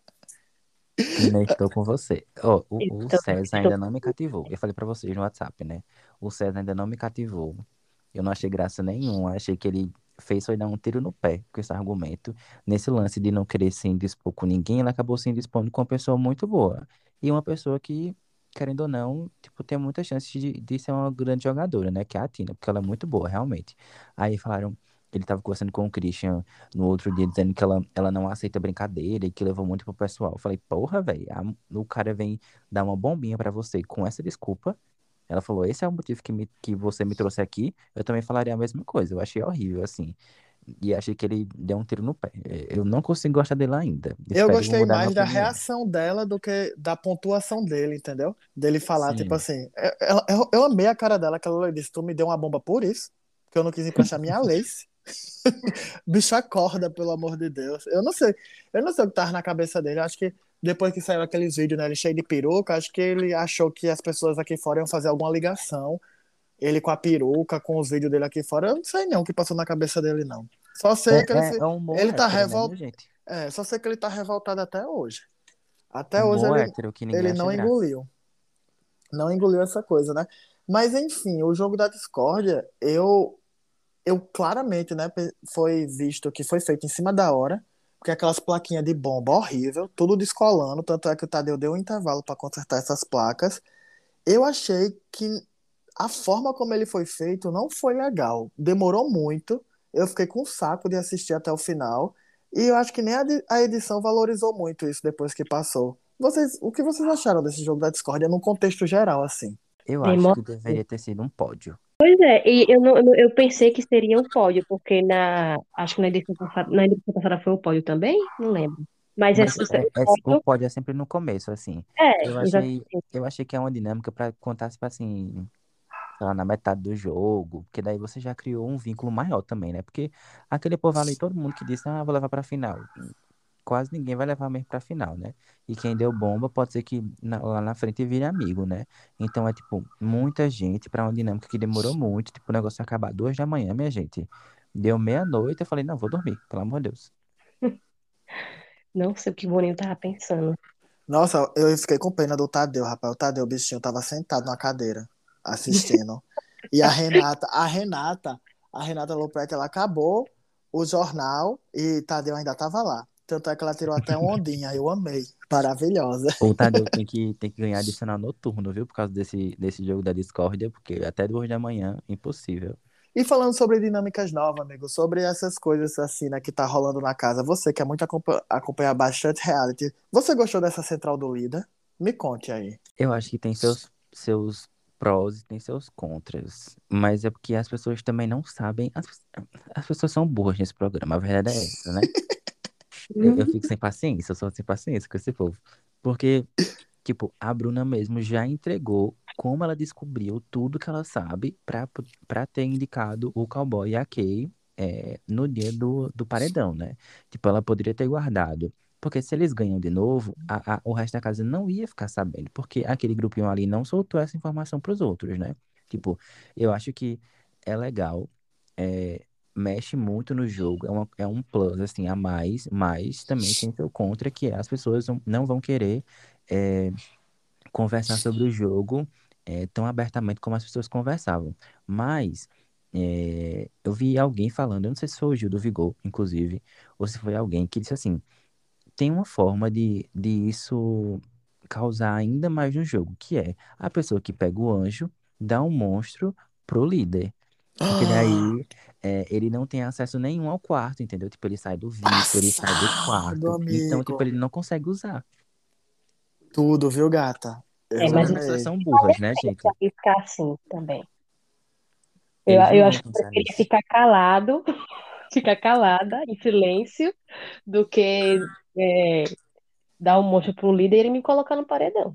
[SPEAKER 3] Tina, estou com você. Ó, o
[SPEAKER 2] Então,
[SPEAKER 3] César
[SPEAKER 2] estou...
[SPEAKER 3] ainda não me cativou. Eu falei pra vocês no WhatsApp, né? O César ainda não me cativou. Eu não achei graça nenhuma. Achei que ele fez foi dar um tiro no pé com esse argumento. Nesse lance de não querer se indispor com ninguém, ele acabou se indispondo com uma pessoa muito boa. E uma pessoa que, querendo ou não, tipo, tem muita chance de ser uma grande jogadora, né? Que é a Tina, porque ela é muito boa, realmente. Aí falaram. Ele tava conversando com o Christian no outro dia, dizendo que ela não aceita brincadeira e que levou muito pro pessoal. Eu falei, porra, velho, o cara vem dar uma bombinha pra você com essa desculpa. Ela falou, esse é o motivo que você me trouxe aqui. Eu também falaria a mesma coisa. Eu achei horrível, assim. E achei que ele deu um tiro no pé. Eu não consigo gostar dele ainda.
[SPEAKER 1] Eu
[SPEAKER 3] Espero
[SPEAKER 1] gostei
[SPEAKER 3] mudar minha
[SPEAKER 1] mais da
[SPEAKER 3] opinião.
[SPEAKER 1] reação dela do que da pontuação dele, entendeu? Dele falar, tipo
[SPEAKER 3] Sim.
[SPEAKER 1] assim, eu amei a cara dela, que ela disse, tu me deu uma bomba por isso, que eu não quis emprestar minha Lace. Bicho acorda, pelo amor de Deus. Eu não sei o que tava na cabeça dele. Acho que depois que saiu aqueles vídeos, né, ele cheio de peruca, acho que ele achou que as pessoas aqui fora iam fazer alguma ligação. Ele com a peruca, com os vídeos dele aqui fora, eu não sei não o que passou na cabeça dele, não. Só sei que
[SPEAKER 3] É um humor
[SPEAKER 1] ele tá
[SPEAKER 3] hétero, né, minha gente?
[SPEAKER 1] só sei que ele tá revoltado até hoje. Até hoje
[SPEAKER 3] Humor
[SPEAKER 1] ele,
[SPEAKER 3] hétero que ninguém
[SPEAKER 1] ele
[SPEAKER 3] acha
[SPEAKER 1] não
[SPEAKER 3] graça.
[SPEAKER 1] engoliu. Não engoliu essa coisa, né? Mas enfim, o jogo da discórdia, eu claramente, né, foi visto que foi feito em cima da hora, porque aquelas plaquinhas de bomba horrível, tudo descolando, tanto é que o Tadeu deu um intervalo para consertar essas placas. Eu achei que a forma como ele foi feito não foi legal. Demorou muito. Eu fiquei com um saco de assistir até o final. E eu acho que nem a edição valorizou muito isso depois que passou. O que vocês acharam desse jogo da discórdia num contexto geral, assim?
[SPEAKER 3] Eu acho
[SPEAKER 2] Demora.
[SPEAKER 3] que deveria ter sido um pódio.
[SPEAKER 2] Pois é, e eu pensei que seria um pódio, porque acho que na edição passada foi o pódio também, não lembro. Mas
[SPEAKER 3] Mas
[SPEAKER 2] o
[SPEAKER 3] o
[SPEAKER 2] pódio,
[SPEAKER 3] pódio é sempre no começo, assim. Eu achei,
[SPEAKER 2] exatamente.
[SPEAKER 3] eu achei que é uma dinâmica para contar, tipo assim, sei lá, na metade do jogo, porque daí você já criou um vínculo maior também, né? Porque aquele povo ali, todo mundo que disse, ah, vou levar pra final. Quase ninguém vai levar mesmo pra final, né? E quem deu bomba pode ser que lá na frente vire amigo, né? Então é tipo, muita gente pra uma dinâmica que demorou muito, tipo, o negócio acabar 2 da manhã, minha gente. Deu meia-noite, eu falei, não, vou dormir, pelo amor de Deus.
[SPEAKER 2] Não sei o que o Boninho tava pensando.
[SPEAKER 1] Nossa, eu fiquei com pena do Tadeu, rapaz. O Tadeu, o bichinho, tava sentado na cadeira, assistindo. E a Renata Lopretti, ela acabou o jornal e Tadeu ainda tava lá. Tanto é que ela tirou até uma ondinha, eu amei. Maravilhosa.
[SPEAKER 3] O Tadeu tem que ganhar adicional noturno, viu? Por causa desse jogo da discórdia, porque até 2 da manhã, impossível.
[SPEAKER 1] E falando sobre dinâmicas novas, amigo, sobre essas coisas assim, né, que tá rolando na casa, você que é muito acompanhar bastante reality, você gostou dessa central do líder? Me conte aí.
[SPEAKER 3] Eu acho que tem seus prós e tem seus contras. Mas é porque as pessoas também não sabem. As pessoas são burras nesse programa, a verdade é essa, né? Eu
[SPEAKER 2] Hum,
[SPEAKER 3] fico sem paciência, eu sou sem paciência com esse povo. Porque, tipo, a Bruna mesmo já entregou como ela descobriu tudo que ela sabe pra ter indicado o cowboy e a Kay no dia do paredão, né? Tipo, ela poderia ter guardado. Porque se eles ganham de novo, o resto da casa não ia ficar sabendo. Porque aquele grupinho ali não soltou essa informação pros outros, né? Tipo, eu acho que é legal. é, Mexe muito no jogo, é um plus, assim, a mais, mas também tem seu contra, que é as pessoas não vão querer é, conversar sobre o jogo tão abertamente como as pessoas conversavam. Mas eu vi alguém falando, eu não sei se foi o Gil do Vigor, inclusive, ou se foi alguém que disse assim, tem uma forma de isso causar ainda mais no jogo, que é a pessoa que pega o anjo, dá um monstro pro líder. Porque daí ele não tem acesso nenhum ao quarto, entendeu? Tipo, ele sai do VIP, ele sai do
[SPEAKER 1] Passado,
[SPEAKER 3] quarto. Então, tipo,
[SPEAKER 1] amigo.
[SPEAKER 3] ele não consegue usar.
[SPEAKER 1] Tudo, viu, gata? Eu
[SPEAKER 3] Só que
[SPEAKER 2] mas
[SPEAKER 3] as
[SPEAKER 2] não
[SPEAKER 3] pessoas
[SPEAKER 1] amei.
[SPEAKER 3] são burras, né,
[SPEAKER 2] tem que
[SPEAKER 3] gente?
[SPEAKER 2] arriscar assim também. Eu,
[SPEAKER 3] Eles não
[SPEAKER 2] eu
[SPEAKER 3] vão
[SPEAKER 2] acho que eu
[SPEAKER 3] pensar
[SPEAKER 2] preferia
[SPEAKER 3] nisso.
[SPEAKER 2] ficar calado ficar calada, em silêncio, do que é, dar um monstro pro líder e ele me colocar no paredão.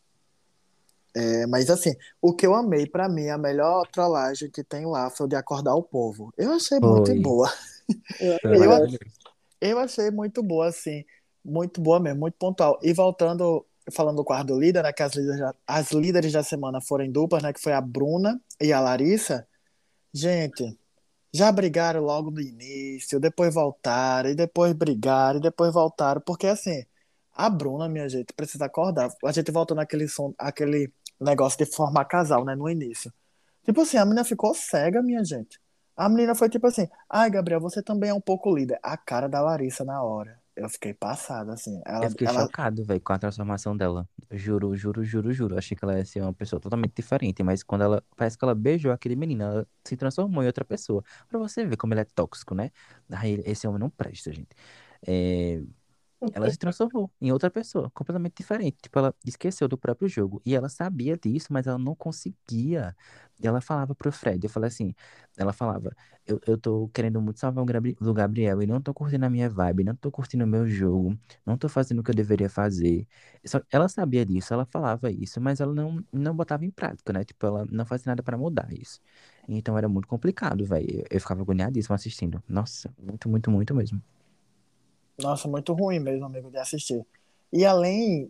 [SPEAKER 1] Mas assim, o que eu amei, pra mim, a melhor trollagem que tem lá foi o de acordar o povo. Eu achei muito
[SPEAKER 3] Foi.
[SPEAKER 1] boa.
[SPEAKER 2] Eu
[SPEAKER 3] Foi
[SPEAKER 1] Eu,
[SPEAKER 2] amei.
[SPEAKER 3] maravilhoso.
[SPEAKER 1] eu achei muito boa, assim. Muito boa mesmo, muito pontual. E voltando, falando do quarto do líder, né? Que as líderes da semana foram em duplas, né? Que foi a Bruna e a Larissa. Gente, já brigaram logo no início, depois voltaram, e depois brigaram, e depois voltaram. Porque assim, a Bruna, minha gente, precisa acordar. A gente voltou naquele som, aquele negócio de formar casal, né? No início. Tipo assim, a menina ficou cega, minha gente. A menina foi tipo assim: ai, Gabriel, você também é um pouco líder. A cara da Larissa na hora. Eu fiquei passada, assim.
[SPEAKER 3] Eu
[SPEAKER 1] Ela,
[SPEAKER 3] fiquei
[SPEAKER 1] ela,
[SPEAKER 3] chocado, velho, com a transformação dela. Juro, juro, juro, juro. Achei que ela ia ser uma pessoa totalmente diferente, mas quando ela, parece que ela beijou aquele menino, ela se transformou em outra pessoa. Pra você ver como ele é tóxico, né? Aí, esse homem não presta, gente. É, ela se transformou em outra pessoa, completamente diferente. Tipo, ela esqueceu do próprio jogo. E ela sabia disso, mas ela não conseguia. E ela falava pro Fred, eu falei assim, ela falava, eu tô querendo muito salvar do Gabriel e não tô curtindo a minha vibe, não tô curtindo o meu jogo, não tô fazendo o que eu deveria fazer. Ela sabia disso, ela falava isso, mas ela não botava em prática, né? Tipo, ela não fazia nada pra mudar isso. Então era muito complicado, velho. Eu ficava agoniadíssimo assistindo. Nossa, muito, muito, muito mesmo.
[SPEAKER 1] nossa, muito ruim mesmo, amigo, de assistir. E além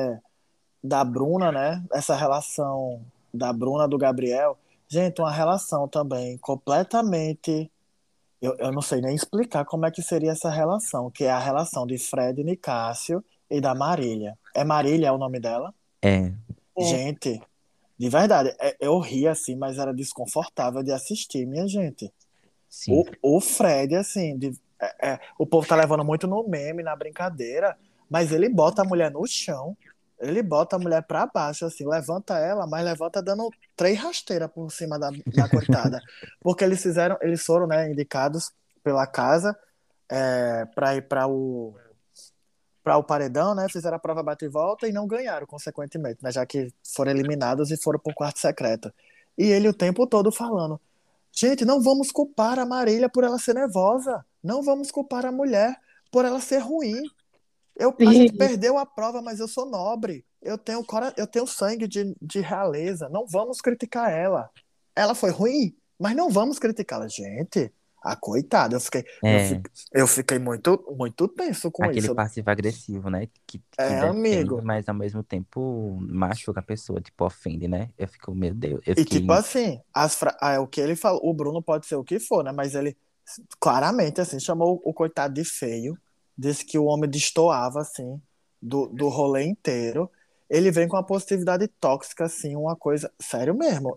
[SPEAKER 1] da Bruna, né? Essa relação da Bruna do Gabriel, gente, uma relação também completamente. Eu não sei nem explicar como é que seria essa relação, que é a relação de Fred Nicásio e da Marília. É Marília é o nome dela?
[SPEAKER 3] É,
[SPEAKER 2] É.
[SPEAKER 1] Gente, de verdade, eu ri assim, mas era desconfortável de assistir, minha gente.
[SPEAKER 3] sim.
[SPEAKER 1] O Fred, assim, o povo tá levando muito no meme, na brincadeira, mas ele bota a mulher no chão, ele bota a mulher pra baixo, assim, levanta ela, mas levanta dando três rasteiras por cima da coitada. Porque eles foram, né, indicados pela casa para ir para o paredão, né? Fizeram a prova bate e volta e não ganharam, consequentemente, né? Já que foram eliminados e foram pro quarto secreto. E ele o tempo todo falando: gente, não vamos culpar a Marília por ela ser nervosa. Não vamos culpar a mulher por ela ser ruim. A gente perdeu a prova, mas eu sou nobre. Eu tenho sangue de realeza. Não vamos criticar ela. Ela foi ruim, mas não vamos criticá-la. Gente, a coitada,
[SPEAKER 3] É,
[SPEAKER 1] eu fiquei muito, muito tenso com
[SPEAKER 3] aquele
[SPEAKER 1] isso.
[SPEAKER 3] passivo-agressivo, né? Que defende,
[SPEAKER 1] Amigo.
[SPEAKER 3] mas ao mesmo tempo machuca a pessoa, tipo, ofende, né? Eu fico, meu Deus, eu
[SPEAKER 1] E tipo
[SPEAKER 3] fiquei.
[SPEAKER 1] assim, o que ele falou, o Bruno pode ser o que for, né? Mas ele claramente assim chamou o coitado de feio, disse que o homem destoava assim do rolê inteiro. Ele vem com uma positividade tóxica assim, uma coisa, sério mesmo.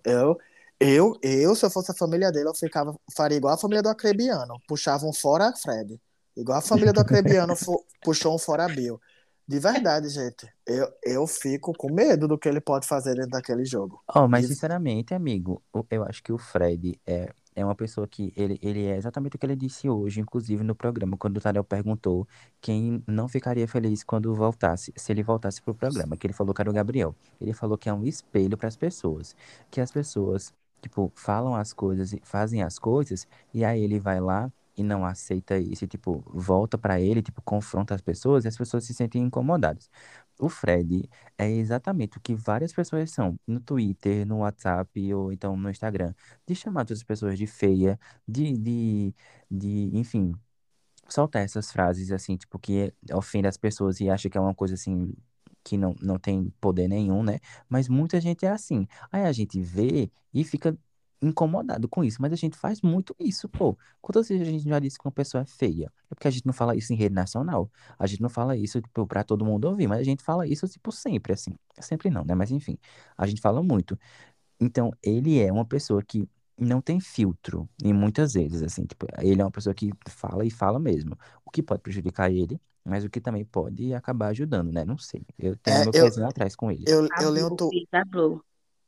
[SPEAKER 1] Se eu fosse a família dele, faria igual a família do Acrebiano, puxava um fora Fred. Igual a família do Acrebiano puxou um fora Bill. De verdade, gente. Eu fico com medo do que ele pode fazer dentro daquele jogo.
[SPEAKER 3] Oh, mas sinceramente, amigo, eu acho que o Fred é uma pessoa que ele é exatamente o que ele disse hoje, inclusive no programa, quando o Tarel perguntou quem não ficaria feliz quando voltasse, se ele voltasse pro programa, que ele falou que era o Gabriel. Ele falou que é um espelho para as pessoas, que as pessoas, tipo, falam as coisas e fazem as coisas, e aí ele vai lá e não aceita isso, e, tipo, volta pra ele, tipo, confronta as pessoas e as pessoas se sentem incomodadas. O Fred é exatamente o que várias pessoas são no Twitter, no WhatsApp ou então no Instagram, de chamar outras pessoas de feia, de, de, enfim, soltar essas frases assim, tipo, que ofende as pessoas e acha que é uma coisa assim que não tem poder nenhum, né? Mas muita gente é assim. Aí a gente vê e fica incomodado com isso, mas a gente faz muito isso, pô. Quantas vezes a gente já disse que uma pessoa é feia? É porque a gente não fala isso em rede nacional. A gente não fala isso, tipo, pra todo mundo ouvir, mas a gente fala isso, tipo, sempre, assim. Sempre não, né? Mas enfim, a gente fala muito. Então, ele é uma pessoa que não tem filtro, e muitas vezes, assim, tipo, ele é uma pessoa que fala e fala mesmo, o que pode prejudicar ele, mas o que também pode acabar ajudando, né? Não sei. Eu tenho
[SPEAKER 1] É,
[SPEAKER 3] meu pezinho atrás com ele.
[SPEAKER 1] eu li um,
[SPEAKER 2] Pablo, filho da Globo.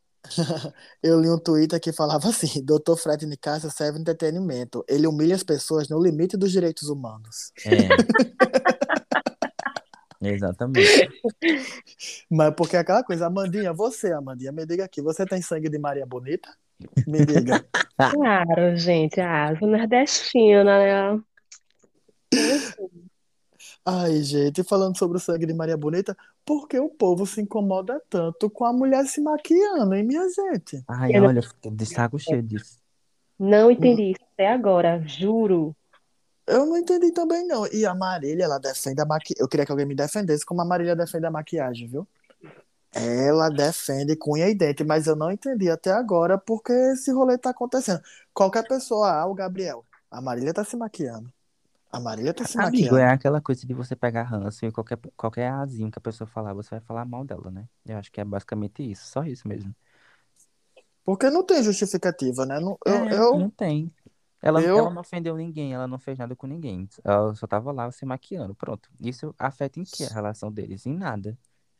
[SPEAKER 1] eu li um Twitter que falava assim: Dr. Fred Nicásio serve entretenimento. Ele humilha as pessoas no limite dos direitos humanos.
[SPEAKER 3] É, Exatamente.
[SPEAKER 1] Mas porque é aquela coisa, Amandinha, me diga aqui, você tem sangue de Maria Bonita? Me diga.
[SPEAKER 2] Claro, gente. Ah, sou nordestina, né? Tem sim.
[SPEAKER 1] Ai, gente, falando sobre o sangue de Maria Bonita, por que o povo se incomoda tanto com a mulher se maquiando, hein, minha gente?
[SPEAKER 3] Ai,
[SPEAKER 2] Eu não,
[SPEAKER 3] olha, eu fiquei de saco cheio disso.
[SPEAKER 2] não entendi isso até agora, juro.
[SPEAKER 1] Eu não entendi também, não. E a Marília, ela defende a maquiagem. Eu queria que alguém me defendesse como a Marília defende a maquiagem, viu? Ela defende com unha e dente, mas eu não entendi até agora porque esse rolê tá acontecendo. Qualquer pessoa, o Gabriel, a Marília tá se maquiando. A Marília tá se
[SPEAKER 3] Amigo, é
[SPEAKER 1] maquiando.
[SPEAKER 3] aquela coisa de você pegar ranço e qualquer azinho que a pessoa falar, você vai falar mal dela, né? Eu acho que é basicamente isso, só isso mesmo.
[SPEAKER 1] Porque não tem justificativa, né? Não,
[SPEAKER 3] Não tem. Ela
[SPEAKER 1] eu,
[SPEAKER 3] não ofendeu ninguém, ela não fez nada com ninguém. Ela só tava lá se maquiando, pronto. Isso afeta em que a relação deles? Em nada.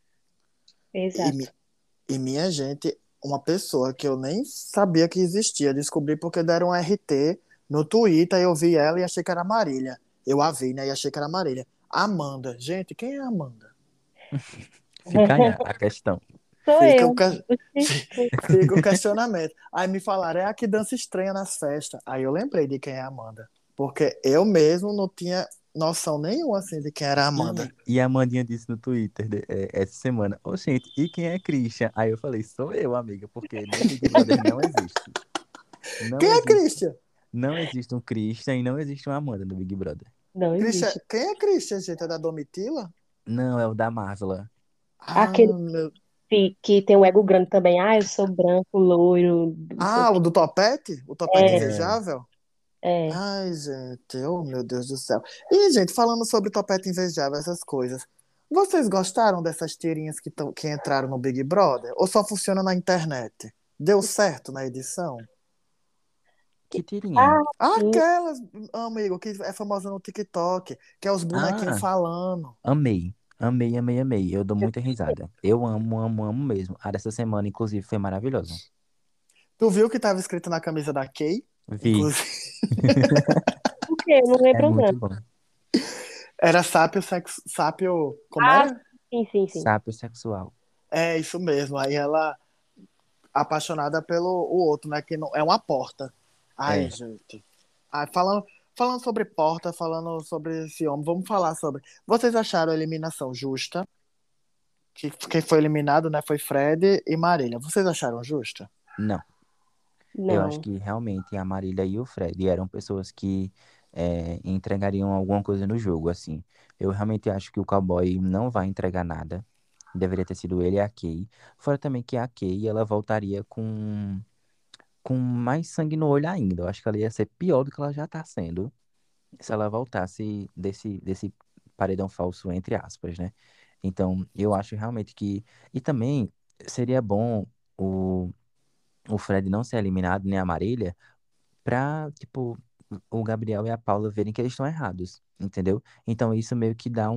[SPEAKER 1] e,
[SPEAKER 2] Exato.
[SPEAKER 1] mi- e minha gente, uma pessoa que eu nem sabia que existia, descobri porque deram um RT no Twitter, eu vi ela e achei que era Marília. Eu a vi, né? E achei que era Marília. Amanda. Gente, quem é Amanda?
[SPEAKER 3] Fica aí a questão.
[SPEAKER 2] Sou
[SPEAKER 1] Fica o,
[SPEAKER 2] eu.
[SPEAKER 1] que- fica o questionamento. Aí me falaram, é a que dança estranha nas festas. Aí eu lembrei de quem é a Amanda. Porque eu mesmo não tinha noção nenhuma assim de quem era a Amanda.
[SPEAKER 3] Não, e a Mandinha disse no Twitter essa semana, ô gente, e quem é Christian? Aí eu falei, sou eu, amiga, porque no Big Brother não existe.
[SPEAKER 1] Quem
[SPEAKER 3] Não
[SPEAKER 1] é
[SPEAKER 3] existe.
[SPEAKER 1] Christian?
[SPEAKER 3] Não existe um Christian e não existe uma Amanda no Big Brother.
[SPEAKER 2] Não
[SPEAKER 1] Christian,
[SPEAKER 2] existe.
[SPEAKER 1] quem é Christian, gente? É da Domitila?
[SPEAKER 3] Não, é o da Marvel.
[SPEAKER 2] Aquele
[SPEAKER 1] Ah, meu...
[SPEAKER 2] que tem um ego grande também. Ah, eu sou branco, loiro, não sei o
[SPEAKER 1] O
[SPEAKER 2] quê.
[SPEAKER 1] do topete? O topete
[SPEAKER 2] É,
[SPEAKER 3] É.
[SPEAKER 1] invejável?
[SPEAKER 2] é.
[SPEAKER 1] Ai, gente, oh meu Deus do céu. E, gente, falando sobre topete invejável, essas coisas. Vocês gostaram dessas tirinhas que entraram no Big Brother? Ou só funciona na internet? Deu certo na edição?
[SPEAKER 3] Que tirinha?
[SPEAKER 2] Ah, sim.
[SPEAKER 1] Aquelas, amigo, que é famosa no TikTok, que é os bonequinhos
[SPEAKER 3] Ah,
[SPEAKER 1] falando.
[SPEAKER 3] amei. Amei, amei, amei. Eu dou muita risada. Eu amo, amo, amo mesmo. A dessa semana, inclusive, foi maravilhosa.
[SPEAKER 1] Tu viu que estava escrito na camisa da Kay?
[SPEAKER 3] Vi.
[SPEAKER 1] Inclusive,
[SPEAKER 2] Por quê? Eu não
[SPEAKER 3] É
[SPEAKER 2] lembro, não.
[SPEAKER 3] muito bom.
[SPEAKER 1] era sápio, como
[SPEAKER 2] Ah,
[SPEAKER 1] era?
[SPEAKER 2] sim, sim, sim.
[SPEAKER 3] Sápio sexual.
[SPEAKER 1] É isso mesmo. Aí ela apaixonada pelo o outro, né? Que não é uma porta. Ai,
[SPEAKER 3] É.
[SPEAKER 1] gente. Ai, falando sobre porta, falando sobre esse homem, vamos falar sobre. Vocês acharam a eliminação justa? Que quem foi eliminado, né, foi Fred e Marília. Vocês acharam justa?
[SPEAKER 3] Não. Eu acho
[SPEAKER 2] Não.
[SPEAKER 3] que realmente a Marília e o Fred eram pessoas que entregariam alguma coisa no jogo, assim. Eu realmente acho que o cowboy não vai entregar nada. Deveria ter sido ele e a Kay. Fora também que a Kay, ela voltaria com mais sangue no olho ainda. Eu acho que ela ia ser pior do que ela já tá sendo se ela voltasse desse paredão falso, entre aspas, né? Então, eu acho realmente que. E também seria bom o, o Fred não ser eliminado, nem a Marília pra, tipo, o Gabriel e a Paula verem que eles estão errados, entendeu? Então isso meio que dá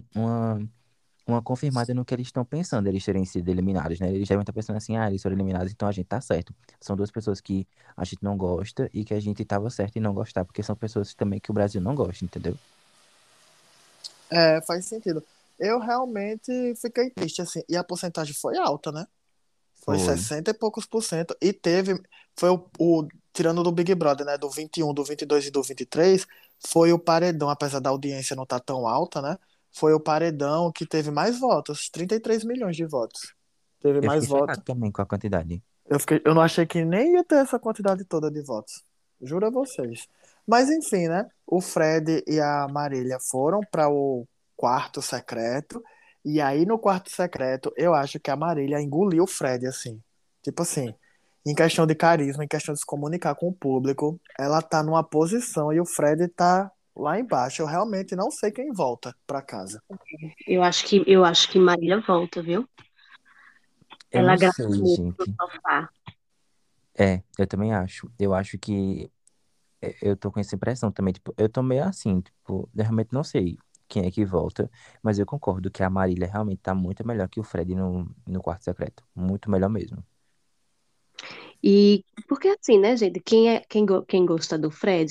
[SPEAKER 3] uma confirmada no que eles estão pensando, eles terem sido eliminados, né? Eles devem estar pensando assim, eles foram eliminados, então a gente tá certo. São duas pessoas que a gente não gosta e que a gente tava certo em não gostar, porque são pessoas também que o Brasil não gosta, entendeu?
[SPEAKER 1] É, faz sentido. Eu realmente fiquei triste, assim. E a porcentagem foi alta, né? Foi
[SPEAKER 3] Foi.
[SPEAKER 1] 60 e poucos por cento. E teve. Foi tirando do Big Brother, né? Do 21, do 22 e do 23. Foi o paredão, apesar da audiência não estar tão alta, né? Foi o paredão que teve mais votos 33 milhões de votos. Teve
[SPEAKER 3] Eu
[SPEAKER 1] mais
[SPEAKER 3] fiquei chocado
[SPEAKER 1] votos.
[SPEAKER 3] também com a quantidade.
[SPEAKER 1] Eu não achei que nem ia ter essa quantidade toda de votos. Juro a vocês. Mas enfim, né? O Fred e a Marília foram para o quarto secreto. E aí no quarto secreto, eu acho que a Marília engoliu o Fred, assim. Tipo assim, em questão de carisma, em questão de se comunicar com o público, ela tá numa posição e o Fred tá lá embaixo. Eu realmente não sei quem volta para casa.
[SPEAKER 2] Eu acho que Marília volta, viu?
[SPEAKER 3] Eu
[SPEAKER 2] Ela
[SPEAKER 3] não
[SPEAKER 2] grava
[SPEAKER 3] sei,
[SPEAKER 2] muito no
[SPEAKER 3] gente.
[SPEAKER 2] sofá.
[SPEAKER 3] Eu também acho. Eu acho que eu tô com essa impressão também, tipo, eu tô meio assim, tipo, eu realmente não sei quem é que volta, mas eu concordo que a Marília realmente tá muito melhor que o Fred no quarto secreto. Muito melhor mesmo.
[SPEAKER 2] E porque assim, né, gente? Quem gosta do Fred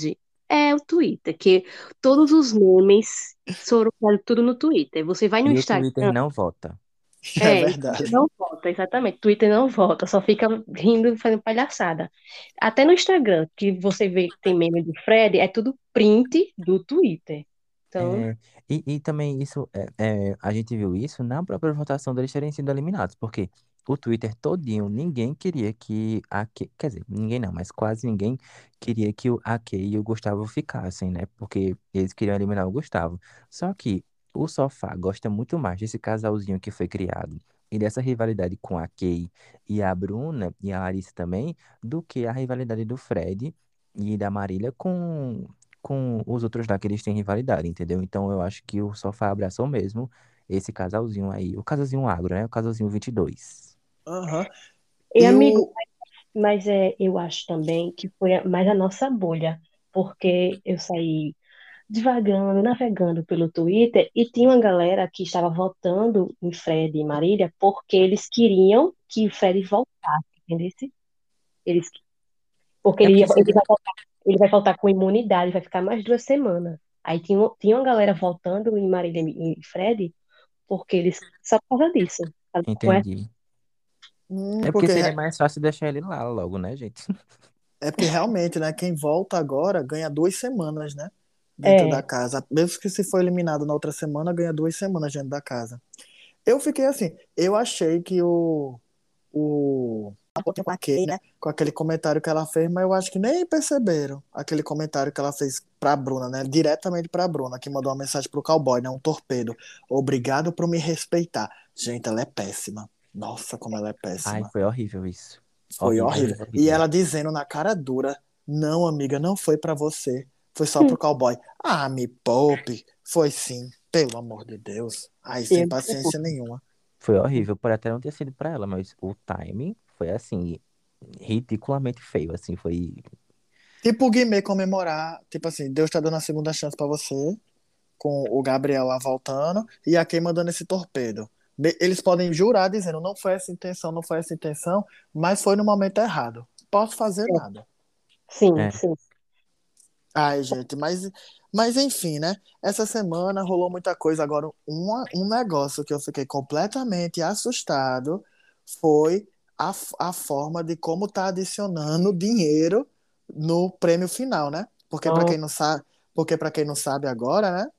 [SPEAKER 2] É o Twitter, que todos os memes foram criados tudo no Twitter. Você vai no
[SPEAKER 3] E o Twitter
[SPEAKER 2] Instagram,
[SPEAKER 3] não vota.
[SPEAKER 1] É
[SPEAKER 2] Twitter
[SPEAKER 1] verdade.
[SPEAKER 2] não volta, exatamente. Twitter não volta, só fica rindo e fazendo palhaçada. Até no Instagram, que você vê que tem meme do Fred, é tudo print do Twitter. Então,
[SPEAKER 3] É, e também isso, a gente viu isso na própria votação deles terem sido eliminados, porque o Twitter todinho, ninguém queria que quer dizer, ninguém não, mas quase ninguém queria que a Kay e o Gustavo ficassem, né? Porque eles queriam eliminar o Gustavo. Só que o Sofá gosta muito mais desse casalzinho que foi criado e dessa rivalidade com a Kay e a Bruna e a Larissa também, do que a rivalidade do Fred e da Marília com os outros lá que eles têm rivalidade, entendeu? Então eu acho que o Sofá abraçou mesmo esse casalzinho aí, o casalzinho agro, né? O casalzinho 22.
[SPEAKER 1] Aham.
[SPEAKER 2] e
[SPEAKER 1] E
[SPEAKER 2] amigo,
[SPEAKER 1] o.
[SPEAKER 2] mas eu acho também que foi mais a nossa bolha, porque eu saí divagando, navegando pelo Twitter e tinha uma galera que estava votando em Fred e Marília porque eles queriam que o Fred voltasse, entendeu? Eles, porque
[SPEAKER 3] É porque
[SPEAKER 2] ele
[SPEAKER 3] seria.
[SPEAKER 2] ele vai voltar com imunidade, vai ficar mais 2 semanas. Aí tinha uma galera votando em Marília e Fred porque eles, só por causa disso. Sabe como é?
[SPEAKER 3] Entendi. É porque
[SPEAKER 1] Porque
[SPEAKER 3] seria mais fácil deixar ele lá logo, né, gente?
[SPEAKER 1] é porque realmente, né? Quem volta agora ganha 2 semanas, né? Dentro da
[SPEAKER 2] É,
[SPEAKER 1] casa. Mesmo que se for eliminado na outra semana, ganha 2 semanas dentro da casa. Eu fiquei assim, eu achei que o a pouquinho com a Kay, né? Com aquele comentário que ela fez, mas eu acho que nem perceberam aquele comentário que ela fez pra Bruna, né? Diretamente pra Bruna, que mandou uma mensagem pro cowboy, né? Um torpedo. Obrigado por me respeitar. Gente, ela é péssima. Nossa, como ela é
[SPEAKER 3] Ai,
[SPEAKER 1] péssima.
[SPEAKER 3] foi horrível isso.
[SPEAKER 1] Foi
[SPEAKER 3] Horrível,
[SPEAKER 1] horrível.
[SPEAKER 3] horrível,
[SPEAKER 1] E
[SPEAKER 3] horrível.
[SPEAKER 1] ela dizendo na cara dura: Não, amiga, não foi pra você. Foi só pro cowboy. Ah, me poupe. Foi sim. Pelo amor de Deus. Ai, sem
[SPEAKER 2] eu,
[SPEAKER 1] paciência nenhuma.
[SPEAKER 3] Foi horrível, pode até não ter sido pra ela, mas o timing foi assim, ridiculamente feio, assim, foi.
[SPEAKER 1] Tipo o Guimê comemorar. Tipo assim, Deus tá dando a segunda chance pra você. Com o Gabriel lá voltando. E a Kay mandando esse torpedo. Eles podem jurar dizendo: Não foi essa intenção, não foi essa intenção. Mas foi no momento errado. Posso fazer nada.
[SPEAKER 2] sim,
[SPEAKER 3] É,
[SPEAKER 2] sim.
[SPEAKER 1] Ai, gente, mas enfim, né? Essa semana rolou muita coisa. Agora, um negócio que eu fiquei completamente assustado foi a forma de como tá adicionando dinheiro no prêmio final, né? Porque para
[SPEAKER 2] Então,
[SPEAKER 1] quem não sabe, porque para quem não sabe agora, né?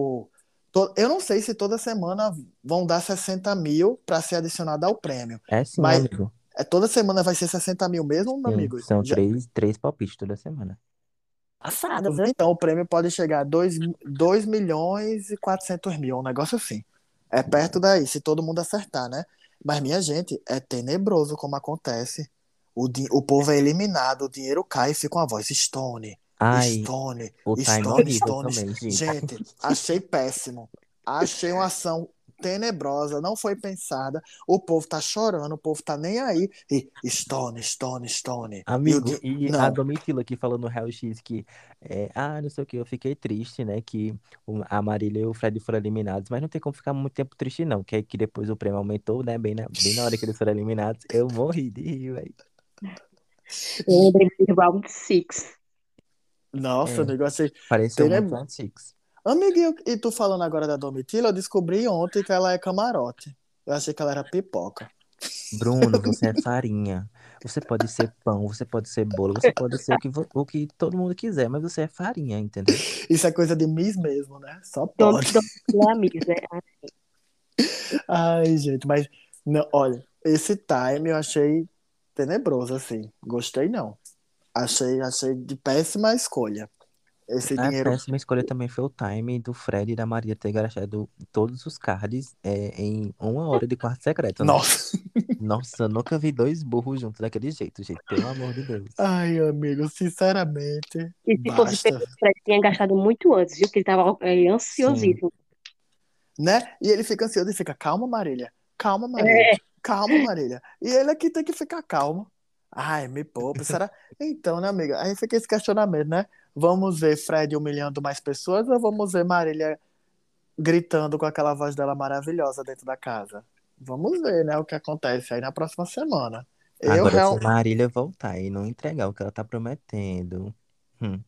[SPEAKER 1] Eu não sei se toda semana vão dar 60 mil para ser adicionado ao prêmio,
[SPEAKER 3] é sim,
[SPEAKER 1] mas
[SPEAKER 3] amigo.
[SPEAKER 1] toda semana vai ser 60 mil mesmo, meu
[SPEAKER 3] Sim,
[SPEAKER 1] amigo?
[SPEAKER 3] são três palpites toda semana.
[SPEAKER 1] Passado, viu? Então o prêmio pode chegar a 2 milhões e 400 mil, um negócio assim. É perto daí, se todo mundo acertar, né? Mas, minha gente, é tenebroso como acontece. O povo é eliminado, o dinheiro cai e fica com a voz: Stone,
[SPEAKER 3] Ai,
[SPEAKER 1] Stone,
[SPEAKER 3] o time é
[SPEAKER 1] Stone,
[SPEAKER 3] horrível
[SPEAKER 1] Stone.
[SPEAKER 3] também, gente.
[SPEAKER 1] Gente, achei péssimo. Achei uma ação tenebrosa, não foi pensada. O povo tá chorando, o povo tá nem aí. E Stone, Stone, Stone.
[SPEAKER 3] Amigo, e a
[SPEAKER 1] Não.
[SPEAKER 3] Domitila aqui falando no Real X que, não sei o que, eu fiquei triste, né, que a Marília e o Fred foram eliminados, mas não tem como ficar muito tempo triste, não, que é que depois o prêmio aumentou, né, bem na hora que eles foram eliminados, eu morri de rir, velho.
[SPEAKER 2] eu lembrei de Round Six.
[SPEAKER 1] Nossa,
[SPEAKER 3] É,
[SPEAKER 1] amigo, achei
[SPEAKER 3] pareceu muito
[SPEAKER 1] tenebroso.
[SPEAKER 3] Antiques.
[SPEAKER 1] Amigo, e tu falando agora da Domitila, eu descobri ontem que ela é camarote. Eu achei que ela era pipoca.
[SPEAKER 3] Bruno, você é farinha. Você pode ser pão, você pode ser bolo, você pode ser o que todo mundo quiser, mas você é farinha, entendeu?
[SPEAKER 1] Isso é coisa de Miss mesmo, né? Só
[SPEAKER 2] Dom,
[SPEAKER 1] pode.
[SPEAKER 2] Dom, amigos, né?
[SPEAKER 1] Ai, gente, mas não, olha, esse time eu achei tenebroso, assim. Gostei não. Achei de péssima escolha. Esse
[SPEAKER 3] A
[SPEAKER 1] dinheiro.
[SPEAKER 3] péssima escolha também foi o time do Fred e da Maria ter gastado todos os cards em 1 hora de quarto secreto, né?
[SPEAKER 1] Nossa.
[SPEAKER 3] Nossa, eu nunca vi dois burros juntos daquele jeito, gente. Pelo amor de Deus.
[SPEAKER 1] Ai, amigo, sinceramente,
[SPEAKER 2] E se fosse
[SPEAKER 1] basta.
[SPEAKER 2] pelo Fred, tinha gastado muito antes, viu? Que ele tava
[SPEAKER 3] Sim.
[SPEAKER 2] ansiosíssimo.
[SPEAKER 1] Né? E ele fica ansioso e fica: Calma, Marília. Calma, Marília.
[SPEAKER 2] É,
[SPEAKER 1] Calma, Marília. E ele aqui tem que ficar calmo. Ai, me poupe, será? Então, né, amiga? Aí fica esse questionamento, né? Vamos ver Fred humilhando mais pessoas ou vamos ver Marília gritando com aquela voz dela maravilhosa dentro da casa? Vamos ver, né, o que acontece aí na próxima semana. Eu
[SPEAKER 3] Agora, se
[SPEAKER 1] real...
[SPEAKER 3] a Marília voltar e não entregar o que ela tá prometendo. hum,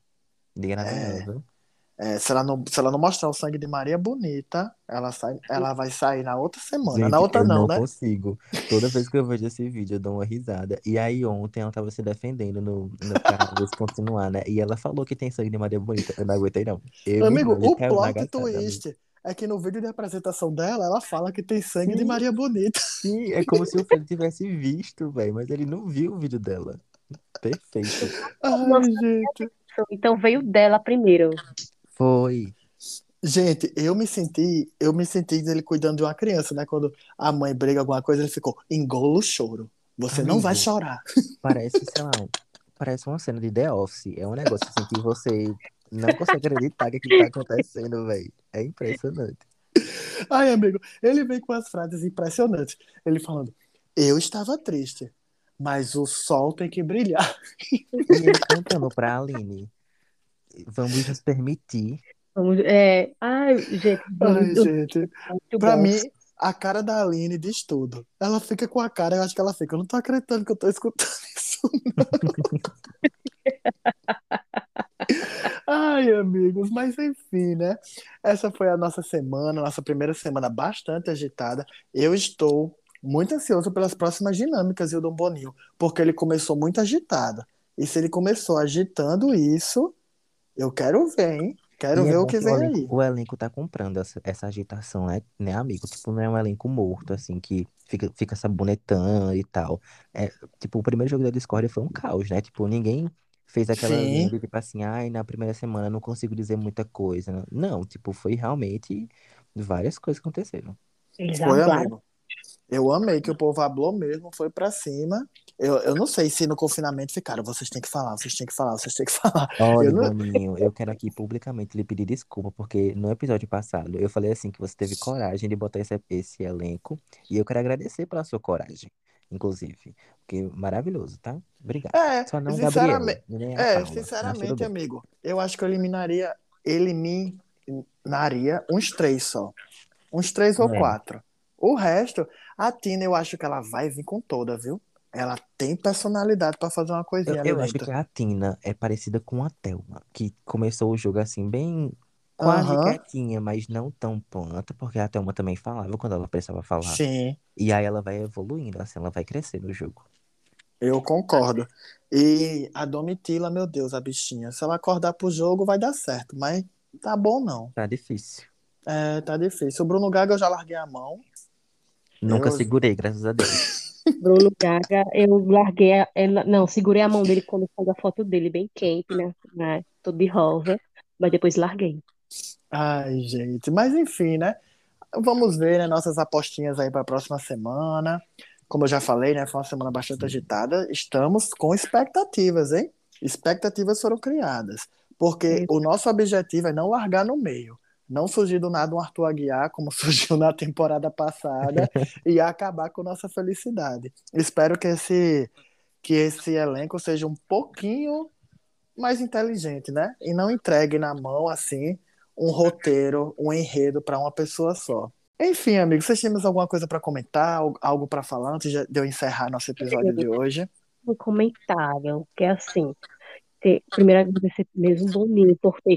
[SPEAKER 3] Liga
[SPEAKER 1] É,
[SPEAKER 3] viu?
[SPEAKER 1] se ela não mostrar o sangue de Maria Bonita, ela vai sair na outra semana. Na
[SPEAKER 3] Gente,
[SPEAKER 1] outra
[SPEAKER 3] eu
[SPEAKER 1] não,
[SPEAKER 3] não
[SPEAKER 1] né?
[SPEAKER 3] consigo. Toda vez que eu vejo esse vídeo, eu dou uma risada. E aí, ontem ela tava se defendendo no canal Vez Continuar, né? E ela falou que tem sangue de Maria Bonita. Eu não aguentei, não. Eu e minha irmã,
[SPEAKER 1] Amigo,
[SPEAKER 3] a gente
[SPEAKER 1] o
[SPEAKER 3] caiu na
[SPEAKER 1] plot
[SPEAKER 3] gargalhada, amigo.
[SPEAKER 1] twist é que no vídeo de apresentação dela, ela fala que tem sangue de
[SPEAKER 3] Sim,
[SPEAKER 1] Maria Bonita.
[SPEAKER 3] sim, é como se o Fred tivesse visto, velho, mas ele não viu o vídeo dela. Perfeito.
[SPEAKER 1] Ai,
[SPEAKER 2] Nossa,
[SPEAKER 1] gente.
[SPEAKER 2] então veio dela primeiro.
[SPEAKER 3] Foi,
[SPEAKER 1] Gente, eu me senti ele cuidando de uma criança, né? Quando a mãe briga alguma coisa, ele ficou, engola o choro. Você não vai
[SPEAKER 3] amigo.
[SPEAKER 1] chorar.
[SPEAKER 3] Parece, sei lá, parece uma cena de The Office. É um negócio assim que você não consegue acreditar que aquilo tá acontecendo, velho. É impressionante.
[SPEAKER 1] Ai, amigo, ele vem com as frases impressionantes. Ele falando, eu estava triste, mas o sol tem que brilhar.
[SPEAKER 3] E ele contando pra Aline, vamos nos permitir.
[SPEAKER 2] Ai, gente,
[SPEAKER 1] Ai,
[SPEAKER 2] os
[SPEAKER 1] gente,
[SPEAKER 2] muito
[SPEAKER 1] pra
[SPEAKER 2] bons.
[SPEAKER 1] mim, a cara da Aline diz tudo. Ela fica com a cara, eu acho que ela fica, eu não tô acreditando que eu tô escutando isso. Ai, amigos, mas enfim, né? Essa foi a nossa semana, nossa primeira semana bastante agitada. Eu estou muito ansioso pelas próximas dinâmicas, viu, Dom Boninho? Porque ele começou muito agitado. E se ele começou agitando isso, eu quero ver, hein? Quero
[SPEAKER 3] E é
[SPEAKER 1] ver o
[SPEAKER 3] bom
[SPEAKER 1] que
[SPEAKER 3] que
[SPEAKER 1] vem aí.
[SPEAKER 3] o elenco tá comprando essa agitação, né, amigo? Tipo, não é um elenco morto, assim, que fica sabonetando e tal. É, tipo, o primeiro jogo da Discord foi um caos, né? Tipo, ninguém fez aquela linha
[SPEAKER 1] Sim,
[SPEAKER 3] de tipo assim, ai, na primeira semana eu não consigo dizer muita coisa. Não, tipo, foi realmente várias coisas que aconteceram.
[SPEAKER 2] Eles
[SPEAKER 1] foi,
[SPEAKER 2] hablaram.
[SPEAKER 1] amigo. Eu amei que o povo hablou mesmo, foi pra cima. Eu não sei se no confinamento ficaram, vocês têm que falar, vocês têm que falar, vocês têm que falar. Eu
[SPEAKER 3] Olha,
[SPEAKER 1] não...
[SPEAKER 3] Boninho, eu quero aqui publicamente lhe pedir desculpa, porque no episódio passado eu falei assim que você teve coragem de botar esse elenco, e eu quero agradecer pela sua coragem, inclusive, porque maravilhoso, tá? Obrigado.
[SPEAKER 1] É,
[SPEAKER 3] Só não o Gabriel,
[SPEAKER 1] sinceramente,
[SPEAKER 3] nem a Paula, mas tudo
[SPEAKER 1] sinceramente,
[SPEAKER 3] bem.
[SPEAKER 1] amigo, eu acho que eu eliminaria uns três só. Uns três ou
[SPEAKER 3] É,
[SPEAKER 1] quatro. O resto, a Tina, eu acho que ela vai vir com toda, viu? Ela tem personalidade pra fazer uma
[SPEAKER 3] eu,
[SPEAKER 1] coisinha ali
[SPEAKER 3] eu acho
[SPEAKER 1] dentro.
[SPEAKER 3] que a Tina é parecida com a Thelma, que começou o jogo assim, bem quase
[SPEAKER 1] Aham,
[SPEAKER 3] quietinha, mas não tão planta, porque a Thelma também falava quando ela precisava falar.
[SPEAKER 1] sim,
[SPEAKER 3] E aí ela vai evoluindo, assim, ela vai crescer no jogo.
[SPEAKER 1] eu concordo. E a Domitila, meu Deus, a bichinha, se ela acordar pro jogo, vai dar certo, mas tá bom não.
[SPEAKER 3] Tá difícil.
[SPEAKER 1] É, tá difícil. O Bruno Gaga eu já larguei a mão.
[SPEAKER 3] Nunca
[SPEAKER 1] Eu,
[SPEAKER 3] segurei, graças a Deus.
[SPEAKER 2] Bruno Gaga, eu larguei, não, segurei a mão dele quando saiu a foto dele bem quente, né, todo de rosa, mas depois larguei.
[SPEAKER 1] ai, gente, mas enfim, né? Vamos ver, né, nossas apostinhas aí para a próxima semana. Como eu já falei, né, foi uma semana bastante agitada. Estamos com expectativas, hein? Expectativas foram criadas, porque
[SPEAKER 2] É,
[SPEAKER 1] o nosso objetivo é não largar no meio, não surgir do nada um Arthur Aguiar, como surgiu na temporada passada, e acabar com nossa felicidade. Espero que esse elenco seja um pouquinho mais inteligente, né? E não entregue na mão assim um roteiro, um enredo para uma pessoa só. Enfim, amigos, vocês têm mais alguma coisa para comentar, algo para falar antes de eu encerrar nosso episódio de hoje?
[SPEAKER 2] um comentário, que é assim, primeiro agradecer mesmo o Boninho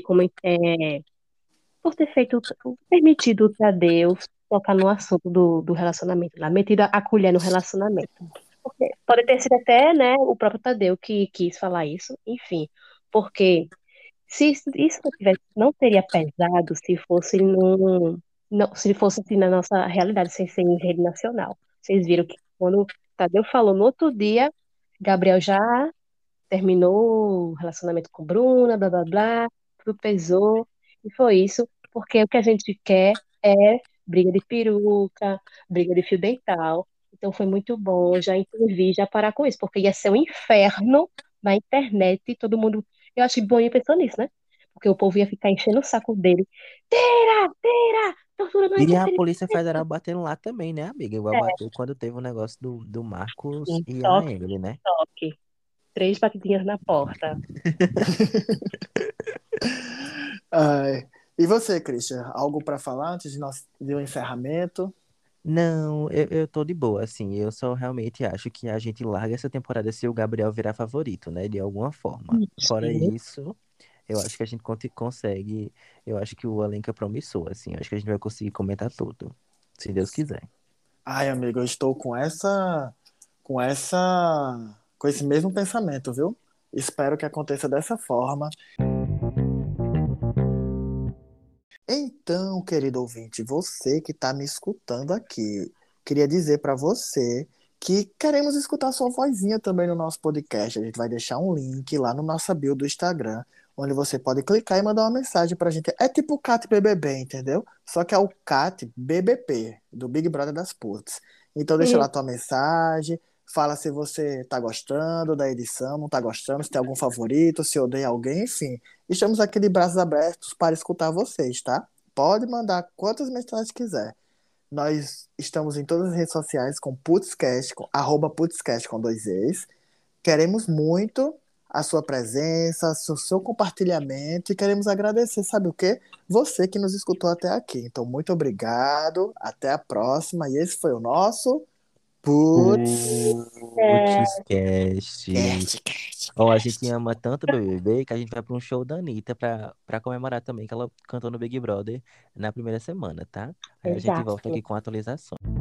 [SPEAKER 2] por ter permitido o Tadeu tocar no assunto do relacionamento lá, metido a colher no relacionamento. Porque pode ter sido até, né, o próprio Tadeu que quis falar isso, enfim, porque se isso não teria pesado se fosse não, se fosse assim na nossa realidade, sem ser em rede nacional. Vocês viram que quando o Tadeu falou no outro dia, Gabriel já terminou o relacionamento com Bruna, blá blá blá, tudo pesou, e foi isso, porque o que a gente quer é briga de peruca, briga de fio dental. Então foi muito bom, já intervi, já parar com isso, porque ia ser um inferno na internet, e todo mundo. Eu acho que Boninho pensou nisso, né? Porque o povo ia ficar enchendo o saco dele. Tira, tortura não é
[SPEAKER 3] E a
[SPEAKER 2] entretenimento.
[SPEAKER 3] Polícia Federal batendo lá também, né, amiga? Igual bateu quando teve o negócio do Marcos
[SPEAKER 2] Sim,
[SPEAKER 3] e a
[SPEAKER 2] toque,
[SPEAKER 3] Emily, né?
[SPEAKER 2] toque. Três batidinhas na porta.
[SPEAKER 1] Ai. E você, Christian, algo para falar antes de um encerramento?
[SPEAKER 3] Não, eu tô de boa, assim. Eu só realmente acho que a gente larga essa temporada se o Gabriel virar favorito, né? De alguma forma. Fora
[SPEAKER 2] Sim.
[SPEAKER 3] isso, Eu acho que a gente consegue. Eu acho que o elenco é promissor, assim. Eu acho que a gente vai conseguir comentar tudo. Se Deus quiser.
[SPEAKER 1] Ai, amigo, eu estou com esse mesmo pensamento, viu? Espero que aconteça dessa forma. Então, querido ouvinte, você que está me escutando aqui, queria dizer para você que queremos escutar sua vozinha também no nosso podcast. A gente vai deixar um link lá no nossa bio do Instagram, onde você pode clicar e mandar uma mensagem pra gente. É tipo o Cat BBB, entendeu? Só que é o Cat BBP, do Big Brother das Puts. Então deixa lá tua mensagem, fala se você tá gostando da edição, não tá gostando, se tem algum favorito, se odeia alguém, enfim. Estamos aqui de braços abertos para escutar vocês, tá? Pode mandar quantas mensagens quiser. Nós estamos em todas as redes sociais com Putzcast, com @Putzcast com dois E's. Queremos muito a sua presença, o seu compartilhamento e queremos agradecer, sabe o quê? Você que nos escutou até aqui. Então, muito obrigado, até a próxima. E esse foi o nosso Putz
[SPEAKER 3] Putz, cast.
[SPEAKER 1] Cast.
[SPEAKER 3] Ó, a gente ama tanto o BBB que a gente vai pra um show da Anitta pra comemorar também que ela cantou no Big Brother na primeira semana, tá? Aí a gente volta
[SPEAKER 2] Exato.
[SPEAKER 3] aqui com a atualização.